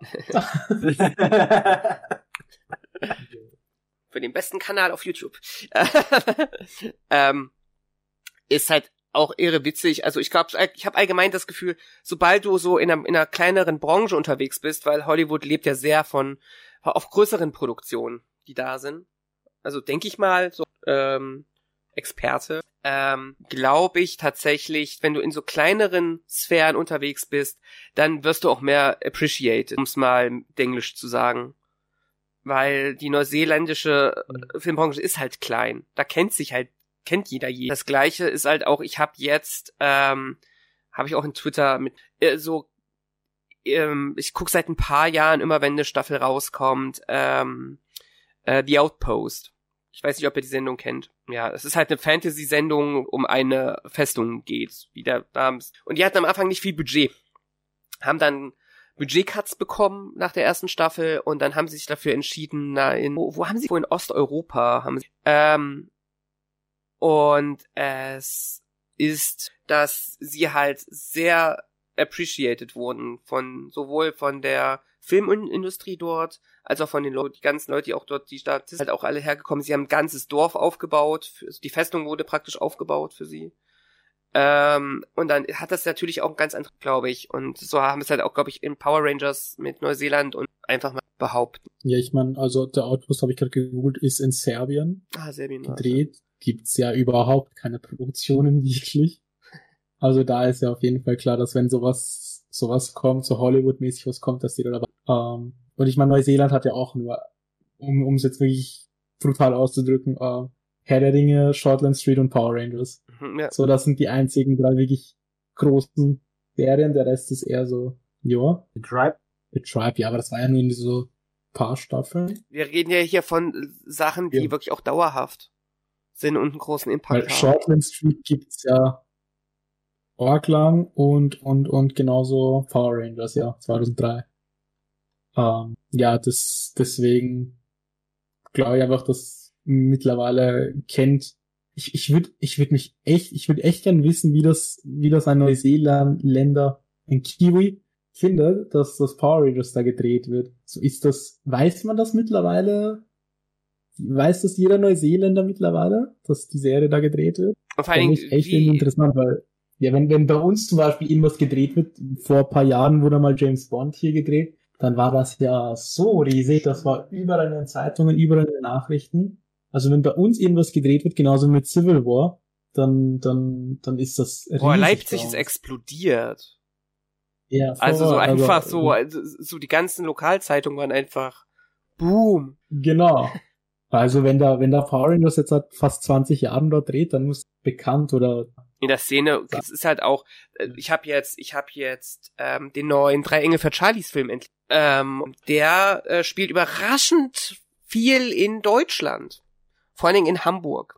Für den besten Kanal auf YouTube. ähm, ist halt auch irre witzig. Also ich glaube, ich habe allgemein das Gefühl, sobald du so in einer, in einer kleineren Branche unterwegs bist, weil Hollywood lebt ja sehr von auf größeren Produktionen, die da sind. Also denke ich mal, so ähm, Experte, ähm, glaube ich tatsächlich, wenn du in so kleineren Sphären unterwegs bist, dann wirst du auch mehr appreciated, um es mal Englisch zu sagen. Weil die neuseeländische Filmbranche ist halt klein. Da kennt sich halt, kennt jeder jeden. Das Gleiche ist halt auch, ich habe jetzt, ähm, habe ich auch in Twitter mit äh, so, ähm, ich guck seit ein paar Jahren immer, wenn eine Staffel rauskommt, ähm, äh, The Outpost. Ich weiß nicht, ob ihr die Sendung kennt. Ja, es ist halt eine Fantasy-Sendung, um eine Festung geht. Wie der Name. Und die hatten am Anfang nicht viel Budget. Haben dann Budgetcuts bekommen nach der ersten Staffel und dann haben sie sich dafür entschieden, na in wo, wo haben sie wo in Osteuropa haben sie ähm, und es ist, dass sie halt sehr appreciated wurden von sowohl von der Filmindustrie dort als auch von den Leuten, die ganzen Leute, die auch dort die Stadt sind halt auch alle hergekommen. Sie haben ein ganzes Dorf aufgebaut, für, die Festung wurde praktisch aufgebaut für sie. Ähm, und dann hat das natürlich auch ein ganz anderes, glaube ich. Und so haben es halt auch, glaube ich, in Power Rangers mit Neuseeland und einfach mal behaupten. Ja, ich meine, also der Outpost, habe ich gerade gegoogelt, ist in Serbien Ah, Serbien gedreht. Gibt's ja überhaupt keine Produktionen wirklich. Also da ist ja auf jeden Fall klar, dass wenn sowas sowas kommt, so Hollywood-mäßig was kommt, dass die da dabei ähm, und ich meine, Neuseeland hat ja auch nur, um um es jetzt wirklich brutal auszudrücken, äh, Herr der Ringe, Shortland Street und Power Rangers. Ja. So, das sind die einzigen drei wirklich großen Serien. Der Rest ist eher so, ja. The Tribe. The Tribe, ja, aber das war ja nur in so paar Staffeln. Wir reden ja hier von Sachen, die Ja. wirklich auch dauerhaft sind und einen großen Impact Weil haben. Shortland Street gibt's ja arg lang und, und, und genauso Power Rangers, ja, zweitausenddrei. Ähm, ja, das, deswegen glaube ich einfach, dass mittlerweile kennt, ich, ich würde, ich würde mich echt, ich würde echt gern wissen, wie das, wie das ein Neuseeländer, ein Kiwi findet, dass das Power Rangers da gedreht wird. So ist das, weiß man das mittlerweile? Weiß das jeder Neuseeländer mittlerweile, dass die Serie da gedreht wird? Und vor allen Finde Dingen, ich echt wie, interessant, weil, ja, wenn, wenn bei uns zum Beispiel irgendwas gedreht wird, vor ein paar Jahren wurde mal James Bond hier gedreht, dann war das ja so riesig, das war überall in den Zeitungen, überall in den Nachrichten. Also wenn bei uns irgendwas gedreht wird, genauso mit Civil War, dann, dann, dann ist das riesig. boah, Leipzig bei ist uns. explodiert. Ja, voll, Also so einfach aber- so, also so die ganzen Lokalzeitungen waren einfach boom. Genau. Also wenn da, wenn da Power Rangers jetzt seit fast zwanzig Jahren dort dreht, dann muss bekannt oder In der Szene, es ist halt auch, äh, ich habe jetzt, ich habe jetzt ähm, den neuen Drei Engel für Charlies Film endlich. Ähm, der äh, spielt überraschend viel in Deutschland. Vor allen Dingen in Hamburg.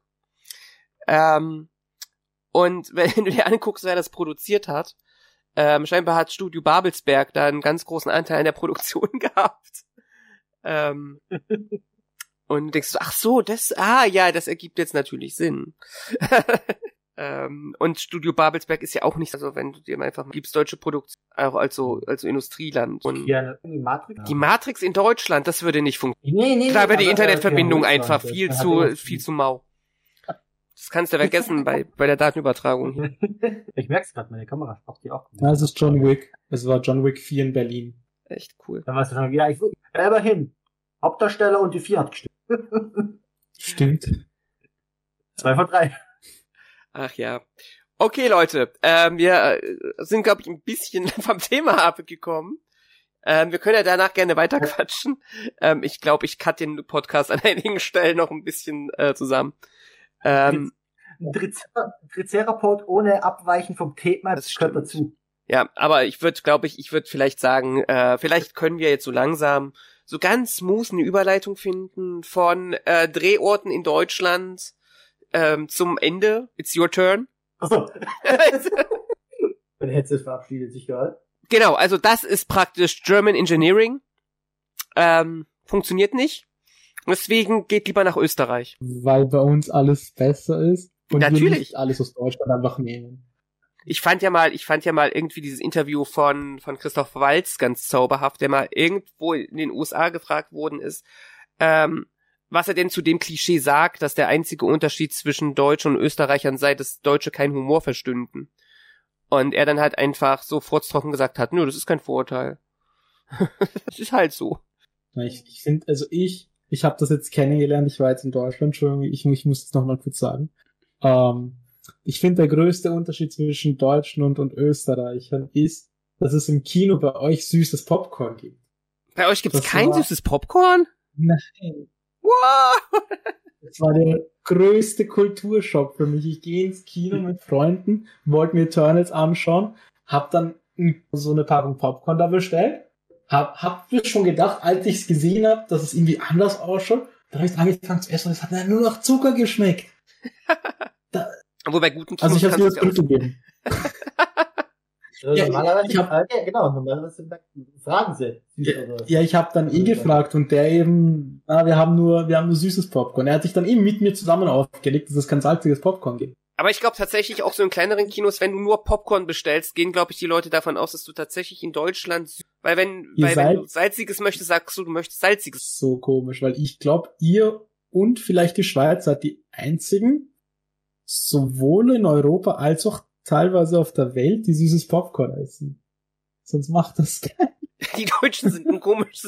Ähm, und wenn du dir anguckst, wer das produziert hat, ähm, scheinbar hat Studio Babelsberg da einen ganz großen Anteil an der Produktion gehabt. Ähm, und denkst du, ach so, das, ah ja, das ergibt jetzt natürlich Sinn. ähm, und Studio Babelsberg ist ja auch nicht, also wenn du dir mal einfach gibst, deutsche Produktion, auch also, also Industrieland. Und Ja, die Matrix. die Matrix in Deutschland, das würde nicht funktionieren. Nee, nee, Da wäre nee, die aber, Internetverbindung äh, einfach das viel hat zu, ja- viel zu mau. Das kannst du vergessen bei, bei der Datenübertragung hier. Ich merk's gerade, meine Kamera stoppt die auch. Ja, es ist John Wick. Es war John Wick vier in Berlin. Echt cool. Dann warst du schon wieder, ich selber hin. Hauptdarsteller und die vier hat gestimmt. Stimmt. Zwei von drei. Ach ja. Okay, Leute, ähm, wir äh, sind, glaube ich, ein bisschen vom Thema abgekommen. Ähm, wir können ja danach gerne weiter quatschen. Ähm, ich glaube, ich cut den Podcast an einigen Stellen noch ein bisschen äh, zusammen. Ähm, Ein Tricer- Tricerapod ohne Abweichen vom Thema, Das das gehört stimmt. dazu. ja, aber ich würde, glaube ich, ich würde vielleicht sagen, äh, vielleicht können wir jetzt so langsam so ganz smooth eine Überleitung finden von äh, Drehorten in Deutschland ähm, zum Ende. It's your turn. Achso. Mein Headset verabschiedet sich gerade. Genau, also das ist praktisch German Engineering. Ähm, funktioniert nicht. Deswegen geht lieber nach Österreich. Weil bei uns alles besser ist. Und wir Natürlich. nicht alles aus Deutschland einfach nehmen. Ich fand ja mal, ich fand ja mal irgendwie dieses Interview von von Christoph Waltz ganz zauberhaft, der mal irgendwo in den U S A gefragt worden ist, ähm, was er denn zu dem Klischee sagt, dass der einzige Unterschied zwischen Deutschen und Österreichern sei, dass Deutsche keinen Humor verstünden. Und er dann halt einfach so furztrocken gesagt hat, nö, das ist kein Vorurteil. Das ist halt so. Ich, ich finde, also ich, ich habe das jetzt kennengelernt, ich war jetzt in Deutschland, Entschuldigung, ich, ich muss das nochmal kurz sagen. Ähm, ich finde, der größte Unterschied zwischen Deutschen und, und Österreichern ist, dass es im Kino bei euch süßes Popcorn gibt. Bei euch gibt's Das kein war- süßes Popcorn? Nein. Wow! Das war der größte Kulturschock für mich. Ich gehe ins Kino mit Freunden, wollte mir Eternals anschauen, hab dann so eine Packung Popcorn da bestellt, hab, hab mir schon gedacht, als ich es gesehen habe, dass es irgendwie anders ausschaut, dann habe ich angefangen zu essen und es hat mir nur noch Zucker geschmeckt. Obwohl bei guten Also Kinos ich habe kannst dir du das ja auch- zurückgegeben. Also Ja, normalerweise, ich hab- äh, ja, genau, normalerweise fragen sie. Süß Ja, oder- ja, ich habe dann eh gefragt und der eben, ah, wir haben nur, wir haben nur süßes Popcorn. Er hat sich dann eben mit mir zusammen aufgelegt, dass es kein salziges Popcorn gibt. Aber ich glaube tatsächlich auch so in kleineren Kinos, wenn du nur Popcorn bestellst, gehen, glaube ich, die Leute davon aus, dass du tatsächlich in Deutschland, sü- weil wenn, Ihr weil wenn seid- du salziges möchtest, sagst du, du möchtest salziges. So komisch, weil ich glaube, ihr und vielleicht die Schweiz seid die einzigen, sowohl in Europa als auch teilweise auf der Welt, die süßes Popcorn essen. Sonst macht das keiner. Die Deutschen sind ein komisches.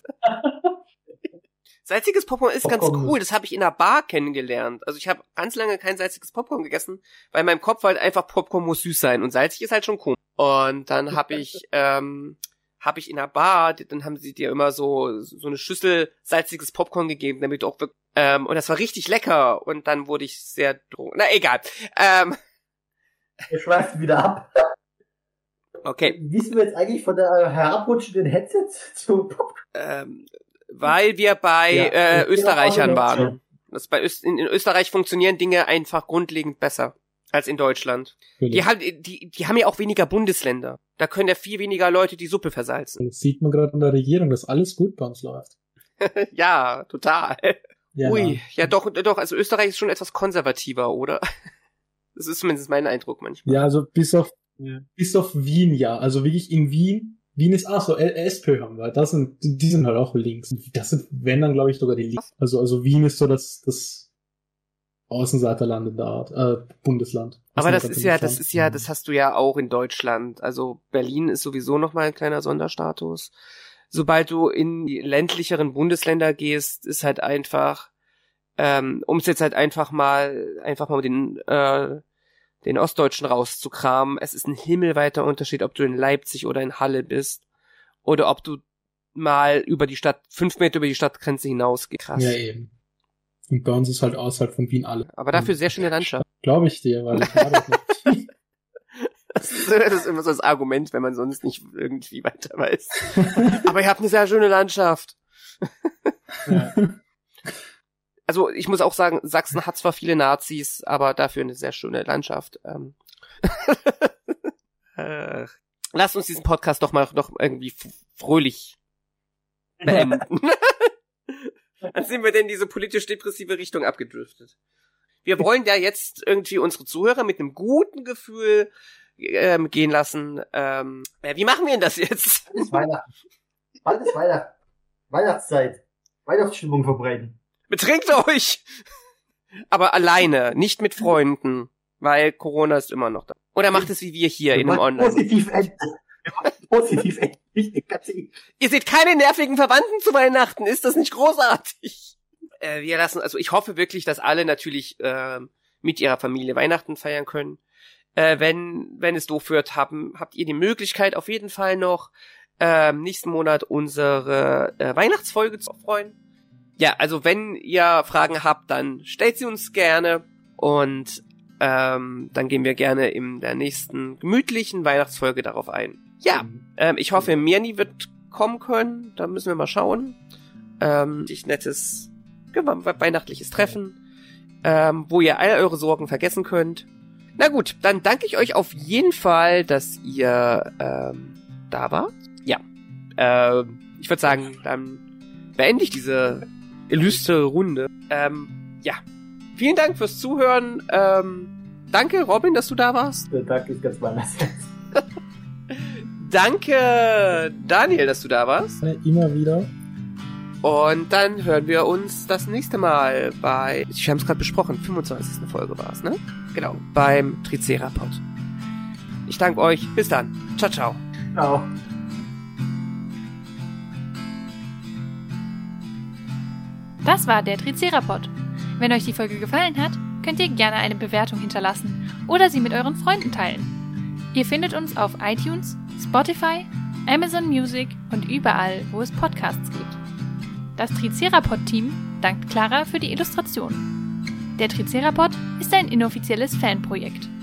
Salziges Popcorn ist ganz Popcorn cool, das habe ich in einer Bar kennengelernt. Also ich habe ganz lange kein salziges Popcorn gegessen, weil in meinem Kopf halt einfach Popcorn muss süß sein und salzig ist halt schon komisch. Und dann habe ich, ähm, habe ich in einer Bar, dann haben sie dir immer so so eine Schüssel salziges Popcorn gegeben, damit du auch wirklich, ähm, und das war richtig lecker und dann wurde ich sehr dro- na egal. Ähm, Wir schweifen wieder ab. okay, Wie sind wir jetzt eigentlich von der äh, herabrutschenden Headsets zum Pop? ähm, weil wir bei Ja, äh, ich bin Österreichern auch waren. Reaktion. Das bei Öst in, in Österreich funktionieren Dinge einfach grundlegend besser als in Deutschland. Die haben, die, die haben ja auch weniger Bundesländer. Da können ja viel weniger Leute die Suppe versalzen. Das sieht man gerade an der Regierung, dass alles gut bei uns läuft. Ja, total. Ja. Ui, ja doch, doch, also Österreich ist schon etwas konservativer, oder? Das ist zumindest mein Eindruck manchmal. Ja, also bis auf, Ja. bis auf Wien, ja. Also wirklich in Wien. Wien ist, ah, so, S P haben wir. Das sind, die die sind halt auch links. Das sind, wenn dann, glaube ich, sogar die links. Also, also Wien ist so das, das Außenseiterland in der Art, äh, Bundesland. Aber das ist ja, das Bundesland. ist ja, das hast du ja auch in Deutschland. Also Berlin ist sowieso nochmal ein kleiner Sonderstatus. Sobald du in die ländlicheren Bundesländer gehst, ist halt einfach, ähm, um es jetzt halt einfach mal, einfach mal den, äh, den Ostdeutschen rauszukramen. Es ist ein himmelweiter Unterschied, ob du in Leipzig oder in Halle bist. Oder ob du mal über die Stadt, fünf Meter über die Stadtgrenze hinausgehst. Krass. Ja, eben. Und bei uns ist halt außerhalb von Wien alle. Aber dafür sehr schöne Landschaft. Glaube ich dir, weil ich war das nicht. Das ist, das ist immer so das Argument, wenn man sonst nicht irgendwie weiter weiß. Aber ihr habt eine sehr schöne Landschaft. Ja. Also ich muss auch sagen, Sachsen hat zwar viele Nazis, aber dafür eine sehr schöne Landschaft. Ähm. Ach. Lasst uns diesen Podcast doch mal noch irgendwie f- fröhlich beenden. Dann sind wir denn in diese politisch-depressive Richtung abgedriftet. Wir wollen ja jetzt irgendwie unsere Zuhörer mit einem guten Gefühl ähm, gehen lassen. Ähm, ja, wie machen wir denn das jetzt? Bald ist Weihnachten. Bald ist Weihnachten. Weihnachtszeit. Weihnachtsstimmung verbreiten. Betrinkt euch! Aber alleine, nicht mit Freunden, weil Corona ist immer noch da. Oder macht es wie wir hier in einem Online. Positiv enden. Positiv enden. Ihr seht keine nervigen Verwandten zu Weihnachten, ist das nicht großartig? Äh, wir lassen, also ich hoffe wirklich, dass alle natürlich äh, mit ihrer Familie Weihnachten feiern können. Äh, wenn wenn es doof wird, haben, habt ihr die Möglichkeit auf jeden Fall noch ähm, nächsten Monat unsere äh, Weihnachtsfolge zu freuen. Ja, also wenn ihr Fragen habt, dann stellt sie uns gerne und ähm, dann gehen wir gerne in der nächsten gemütlichen Weihnachtsfolge darauf ein. Ja, ähm, ich hoffe, Mirni wird kommen können, da müssen wir mal schauen. Ähm, dich nettes weihnachtliches Treffen, ähm, wo ihr all eure Sorgen vergessen könnt. Na gut, dann danke ich euch auf jeden Fall, dass ihr ähm, da wart. Ja, äh, ich würde sagen, dann beende ich diese illustre Runde. Ähm, ja, vielen Dank fürs Zuhören. Ähm, danke, Robin, dass du da warst. Der Dank ist ganz meinerseits. Danke, Daniel, dass du da warst. Immer wieder. Und dann hören wir uns das nächste Mal bei, wir haben es gerade besprochen, fünfundzwanzigste Folge war es, ne? Genau, beim Tricerapod. Ich danke euch, bis dann. Ciao, ciao. Ciao. Das war der Tricerapod. Wenn euch die Folge gefallen hat, könnt ihr gerne eine Bewertung hinterlassen oder sie mit euren Freunden teilen. Ihr findet uns auf iTunes, Spotify, Amazon Music und überall, wo es Podcasts gibt. Das Tricerapod-Team dankt Clara für die Illustration. Der Tricerapod ist ein inoffizielles Fanprojekt.